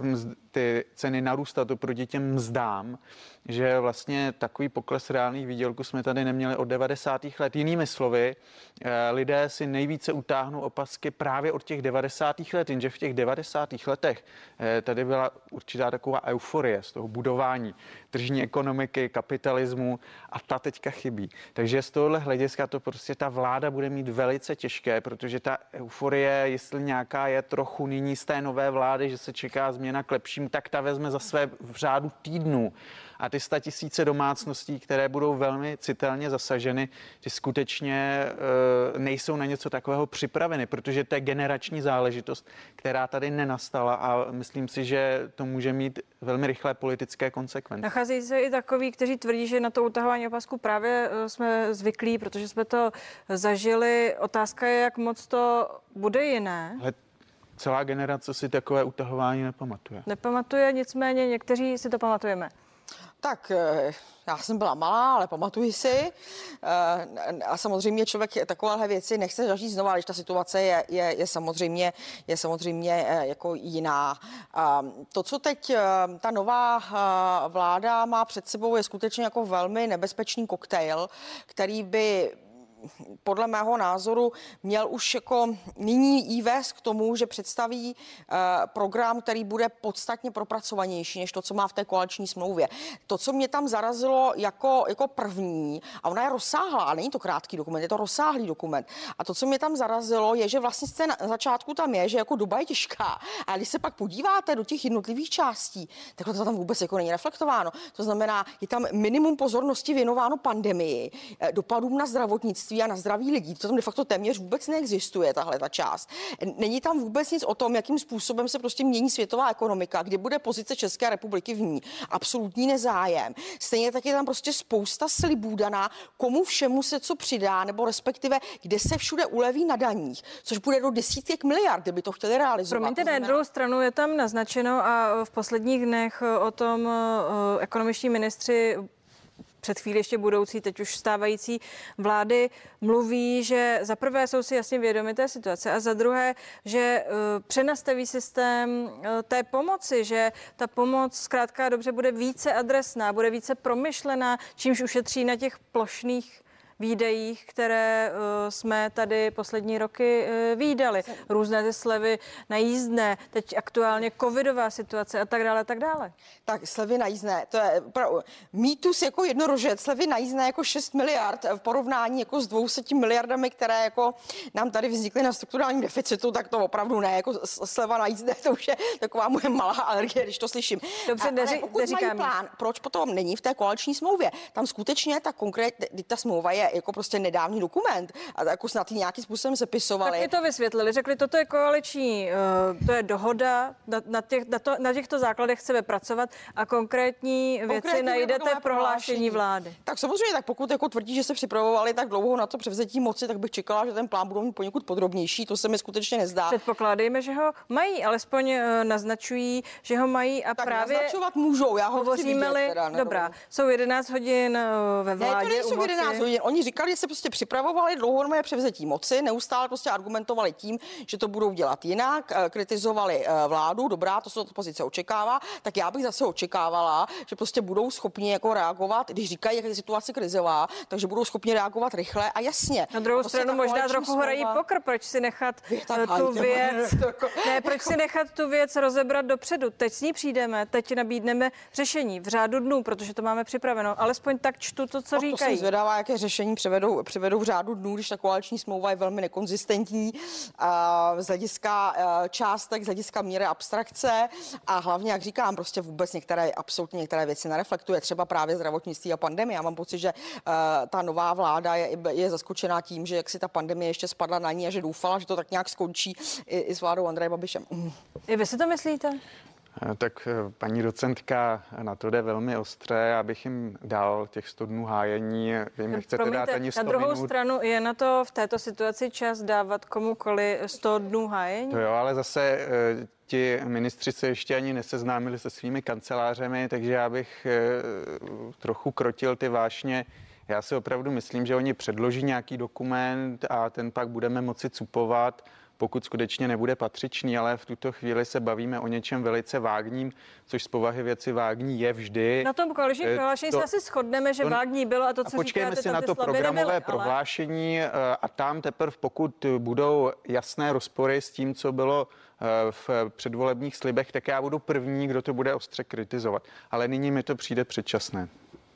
ty ceny narůstat oproti těm mzdám, že vlastně takový pokles reálných výdělků jsme tady neměli od devadesátých let. Jinými slovy, lidé si nejvíce utáhnou opasky právě od těch devadesátých let, jenže v těch devadesátých letech tady byla určitá taková euforie z toho budování tržní ekonomiky, kapitalismu a ta teďka chybí. Takže z tohohle hlediska to prostě ta vláda bude mít velice těžké, protože ta euforie, jestli nějaká je trochu nyní z té nové vlády, že se čeká změna k lepšímu, tak ta vezme za své v řádu týdnů. A ty statisíce domácností, které budou velmi citelně zasaženy, ty skutečně e, nejsou na něco takového připraveny, protože to je generační záležitost, která tady nenastala a myslím si, že to může mít velmi rychlé politické konsekvence.
Nacházejí se i takoví, kteří tvrdí, že na to utahování opasku právě jsme zvyklí, protože jsme to zažili. Otázka je, jak moc to bude jiné.
Ale celá generace si takové utahování nepamatuje.
Nepamatuje, nicméně někteří si to pamatujeme.
Tak já jsem byla malá, ale pamatuji si. A samozřejmě člověk takovéhle věci nechce zažít znovu, když ta situace je, je, je, samozřejmě, je samozřejmě jako jiná. To, co teď ta nová vláda má před sebou, je skutečně jako velmi nebezpečný koktejl, který by podle mého názoru měl už jako nyní jí vést k tomu, že představí uh, program, který bude podstatně propracovanější než to, co má v té koaliční smlouvě. To, co mě tam zarazilo jako, jako první, a ona je rozsáhlá, a není to krátký dokument, je to rozsáhlý dokument. A to, co mě tam zarazilo, je, že vlastně na začátku tam je, že jako doba je těžká. A když se pak podíváte do těch jednotlivých částí, tak to tam vůbec jako není reflektováno. To znamená, je tam minimum pozornosti věnováno pandemii, dopadům na zdravotnictví, zdravotnictví a na zdraví lidí. To tam de facto téměř vůbec neexistuje, tahle ta část. Není tam vůbec nic o tom, jakým způsobem se prostě mění světová ekonomika, kdy bude pozice České republiky v ní. Absolutní nezájem. Stejně tak je tam prostě spousta slibů daná, komu všemu se co přidá, nebo respektive kde se všude uleví na daních, což bude do desítek miliard, kdyby to chtěli realizovat.
Promiňte, na druhou stranu je tam naznačeno a v posledních dnech o tom ekonomičtí ministři před chvíli ještě budoucí, teď už stávající vlády mluví, že za prvé jsou si jasně vědomi té situace a za druhé, že uh, přenastaví systém uh, té pomoci, že ta pomoc zkrátka dobře bude více adresná, bude více promyšlená, čímž ušetří na těch plošných výdejích, které uh, jsme tady poslední roky uh, vídali. Různé ty slevy na jízdné, teď aktuálně covidová situace a tak dále, a tak dále.
Tak slevy na jízdné, to je pravda. Mýtus jako jednorožec, slevy na jízdné jako šest miliard v porovnání jako s dvou set miliardami, které jako nám tady vznikly na strukturálním deficitu, tak to opravdu ne, jako sleva na jízdné, to už je taková moje malá alergie, když to slyším.
Dobře, neři,
pokud
neříkám.
mají plán, proč potom není v té koaliční smlouvě? Tam skutečně ta konkrétní, ta smlouva je jako prostě nedávný dokument a jako snad ji nějakým způsobem sepisovali.
Tak mi to vysvětlili, řekli, toto je koaliční, to je dohoda, na, na, těch, na, to, na těchto základech chceme pracovat a konkrétní, konkrétní věci najdete v prohlášení vlády.
Tak samozřejmě, tak pokud jako tvrdí, že se připravovali tak dlouho na to převzetí moci, tak bych čekala, že ten plán budou mít poněkud podrobnější, to se mi skutečně nezdá.
Předpokládejme, že ho mají, alespoň naznačují, že ho mají a
tak
právě
naznačovat můžou, já ho chci vidět, teda,
dobrá, jsou jedenáct hodin ve vládě.
Ne, to nejsou jedenáct hodin, oni říkali, že se prostě připravovali dlouhodobé převzetí moci, neustále prostě argumentovali tím, že to budou dělat jinak, kritizovali vládu, dobrá, to se od opozice očekává, tak já bych zase očekávala, že prostě budou schopni jako reagovat, když říkají, jak je situace krizová, takže budou schopni reagovat rychle a jasně.
Na druhou
prostě
stranu možná trochu smlouva... hrají pokr, proč si nechat tu věc, ne, proč si nechat tu věc rozebrat dopředu. Teď s ní přijdeme, teď nabídneme řešení v řádu dnů, protože to máme připraveno. Alespoň tak čtu to, co
no,
říkají.
To jsem zvědavá, jaké řešení přivedou, přivedou v řádu dnů, když ta koaliční smlouva je velmi nekonzistentní uh, z hlediska uh, částek, z hlediska míry abstrakce a hlavně, jak říkám, prostě vůbec některé, absolutně některé věci nereflektuje, třeba právě zdravotnictví a pandemie. Já mám pocit, že uh, ta nová vláda je, je zaskočená tím, že jak si ta pandemie ještě spadla na ní a že doufala, že to tak nějak skončí i, i s vládou Andreje Babišem. Mm.
I vy si to myslíte?
Tak paní docentka na to jde velmi ostré, abych jim dal těch sto dnů hájení. Vy mi chcete
Promiňte,
dát ani sto
na druhou
minut.
stranu je na to v této situaci čas dávat komukoli sto dnů hájení?
To jo, ale zase ti ministři se ještě ani neseznámili se svými kancelářemi, takže já bych trochu krotil ty vášně. Já si opravdu myslím, že oni předloží nějaký dokument a ten pak budeme moci cupovat, pokud skutečně nebude patřičný, ale v tuto chvíli se bavíme o něčem velice vágním, což z povahy věci vágní je vždy.
Na tom koaličním prohlášení se asi shodneme, že to, vágní bylo a to, co
a počkejme
říkáte,
si na to programové nebyly, prohlášení ale... a tam teprve, pokud budou jasné rozpory s tím, co bylo v předvolebních slibech, tak já budu první, kdo to bude ostře kritizovat. Ale nyní mi to přijde předčasné.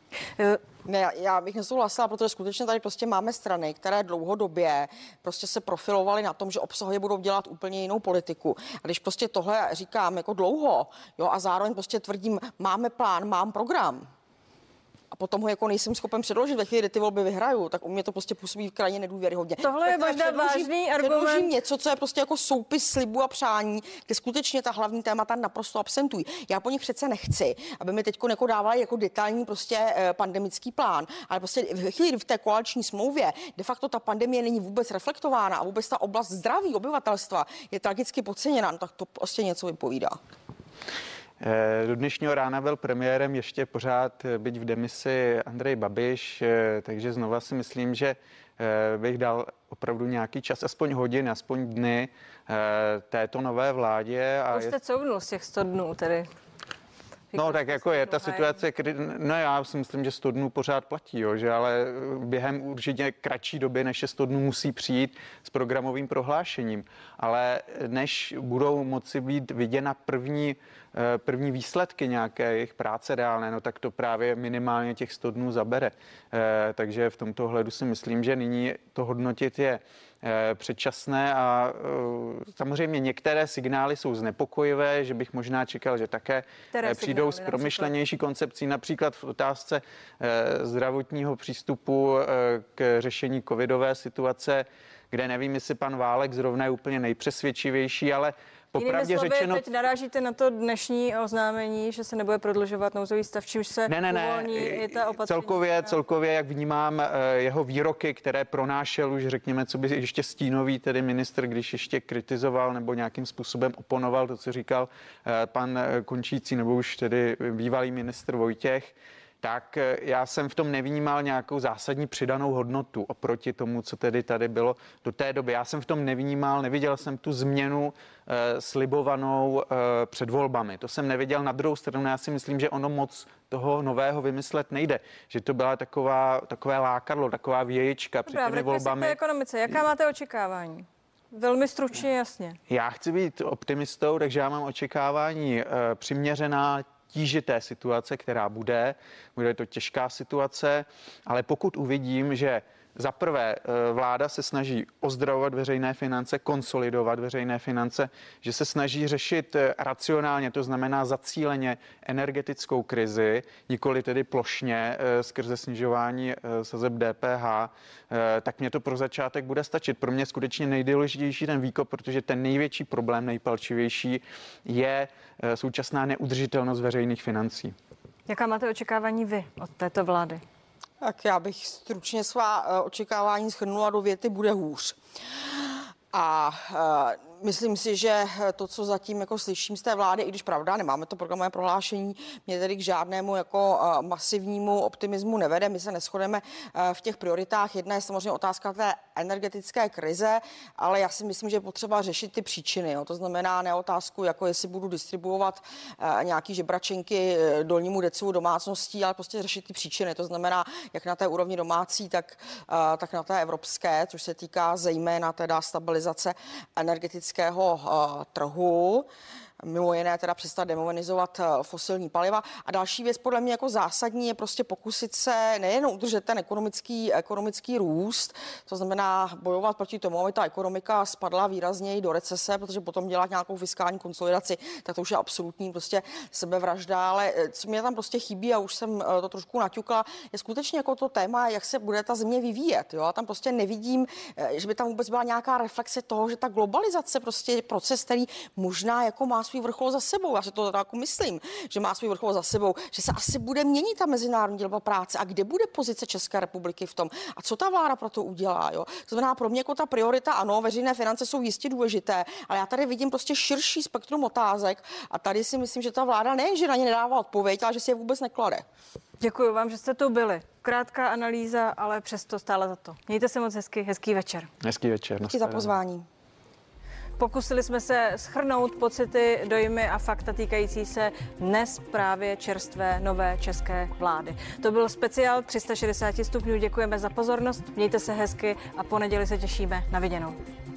Ne, já bych nesouhlasila, protože skutečně tady prostě máme strany, které dlouhodobě prostě se profilovaly na tom, že obsahově budou dělat úplně jinou politiku. A když prostě tohle říkám jako dlouho, jo, a zároveň prostě tvrdím, máme plán, mám program, a potom ho jako nejsem schopen předložit ve chvíli, kdy ty volby vyhraju, tak u mě to prostě působí krajně nedůvěryhodně.
Tohle je možná vážný argument.
Předložím něco, co je prostě jako soupis slibů a přání, kde skutečně ta hlavní témata naprosto absentují. Já po nich přece nechci, aby mi teď jako dávali jako detailní prostě pandemický plán, ale prostě v chvíli v té koaliční smlouvě de facto ta pandemie není vůbec reflektována a vůbec ta oblast zdraví obyvatelstva je tragicky podceněna, no tak to prostě něco vypovídá.
Do dnešního rána byl premiérem ještě pořád, byť v demisi, Andrej Babiš, takže znova si myslím, že bych dal opravdu nějaký čas, aspoň hodin, aspoň dny této nové vládě.
A už jste couvnul z těch sto dnů tedy.
No tak jako je ta situace, kdy, no já si myslím, že sto dnů pořád platí, jo, že ale během určitě kratší doby než sto dnů musí přijít s programovým prohlášením. Ale než budou moci být viděna první první výsledky nějaké jejich práce reálné, no tak to právě minimálně těch sto dnů zabere. Takže v tomto ohledu si myslím, že nyní to hodnotit je předčasné a samozřejmě některé signály jsou znepokojivé, že bych možná čekal, že také Které přijdou s promyšlenější koncepcí, například v otázce zdravotního přístupu k řešení covidové situace, kde nevím, jestli pan Válek zrovna je úplně nejpřesvědčivější, ale popravdě
Jinými slovy,
řečeno...
teď narážíte na to dnešní oznámení, že se nebude prodlužovat nouzový stav, čímž se
ne, ne, ne.
uvolní i ta opatření.
Celkově, celkově, jak vnímám jeho výroky, které pronášel už, řekněme, co by ještě stínový tedy ministr, když ještě kritizoval nebo nějakým způsobem oponoval to, co říkal pan končící nebo už tedy bývalý ministr Vojtěch, tak já jsem v tom nevnímal nějakou zásadní přidanou hodnotu oproti tomu, co tedy tady bylo do té doby. Já jsem v tom nevnímal, neviděl jsem tu změnu eh, slibovanou eh, před volbami. To jsem neviděl. Na druhou stranu já si myslím, že ono moc toho nového vymyslet nejde. Že to byla taková, takové lákadlo, taková vějička před těmi volbami.
Dobrá, ekonomice. Jaká máte očekávání? Velmi stručně, jasně.
Já chci být optimistou, takže já mám očekávání eh, přiměřená tížité situace, která bude. Bude to těžká situace, ale pokud uvidím, že za prvé vláda se snaží ozdravovat veřejné finance, konsolidovat veřejné finance, že se snaží řešit racionálně, to znamená zacíleně energetickou krizi, nikoli tedy plošně skrze snižování sazeb D P H, tak mě to pro začátek bude stačit. Pro mě skutečně nejdůležitější ten výkop, protože ten největší problém, nejpalčivější je současná neudržitelnost veřejných financí.
Jaká máte očekávání vy od této vlády?
Tak já bych stručně svá očekávání shrnula do věty bude hůř. A uh, myslím si, že to, co zatím jako slyším z té vlády, i když pravda, nemáme to programové prohlášení, mě tedy k žádnému jako uh, masivnímu optimismu nevede. My se neshodeme uh, v těch prioritách. Jedna je samozřejmě otázka té energetické krize, ale já si myslím, že je potřeba řešit ty příčiny. Jo. To znamená ne otázku, jako jestli budu distribuovat uh, nějaký žebračenky dolnímu decilu domácností, ale prostě řešit ty příčiny. To znamená, jak na té úrovni domácí, tak, uh, tak na té evropské, což se týká zejména teda stabilizace energetického uh, trhu. Mimo jiné teda přestat demonizovat fosilní paliva. A další věc podle mě jako zásadní je prostě pokusit se nejen udržet ten ekonomický, ekonomický růst, to znamená bojovat proti tomu, aby ta ekonomika spadla výrazněji do recese, protože potom dělat nějakou fiskální konsolidaci, tak to už je absolutní prostě sebevražda, ale co mě tam prostě chybí, a už jsem to trošku naťukla, je skutečně jako to téma, jak se bude ta země vyvíjet. Jo? A tam prostě nevidím, že by tam vůbec byla nějaká reflexe toho, že ta globalizace prostě je proces, který možná jako má svůj vrchol za sebou. Já si to tak myslím, že má svůj vrchol za sebou, že se asi bude měnit ta mezinárodní dělba práce a kde bude pozice České republiky v tom a co ta vláda pro to udělá. Jo? To znamená pro mě jako ta priorita, ano, veřejné finance jsou jistě důležité, ale já tady vidím prostě širší spektrum otázek a tady si myslím, že ta vláda nejen, že na ně nedává odpověď, ale že si je vůbec neklade.
Děkuji vám, že jste tu byli. Krátká analýza, ale přesto stále za to. Mějte se moc hezky, hezký večer.
Hezký večer.
Díky za pozvání.
Pokusili jsme se shrnout pocity, dojmy a fakta týkající se dnes právě čerstvé nové české vlády. To byl speciál tři sta šedesát stupňů. Děkujeme za pozornost, mějte se hezky a po neděli se těšíme na viděnou.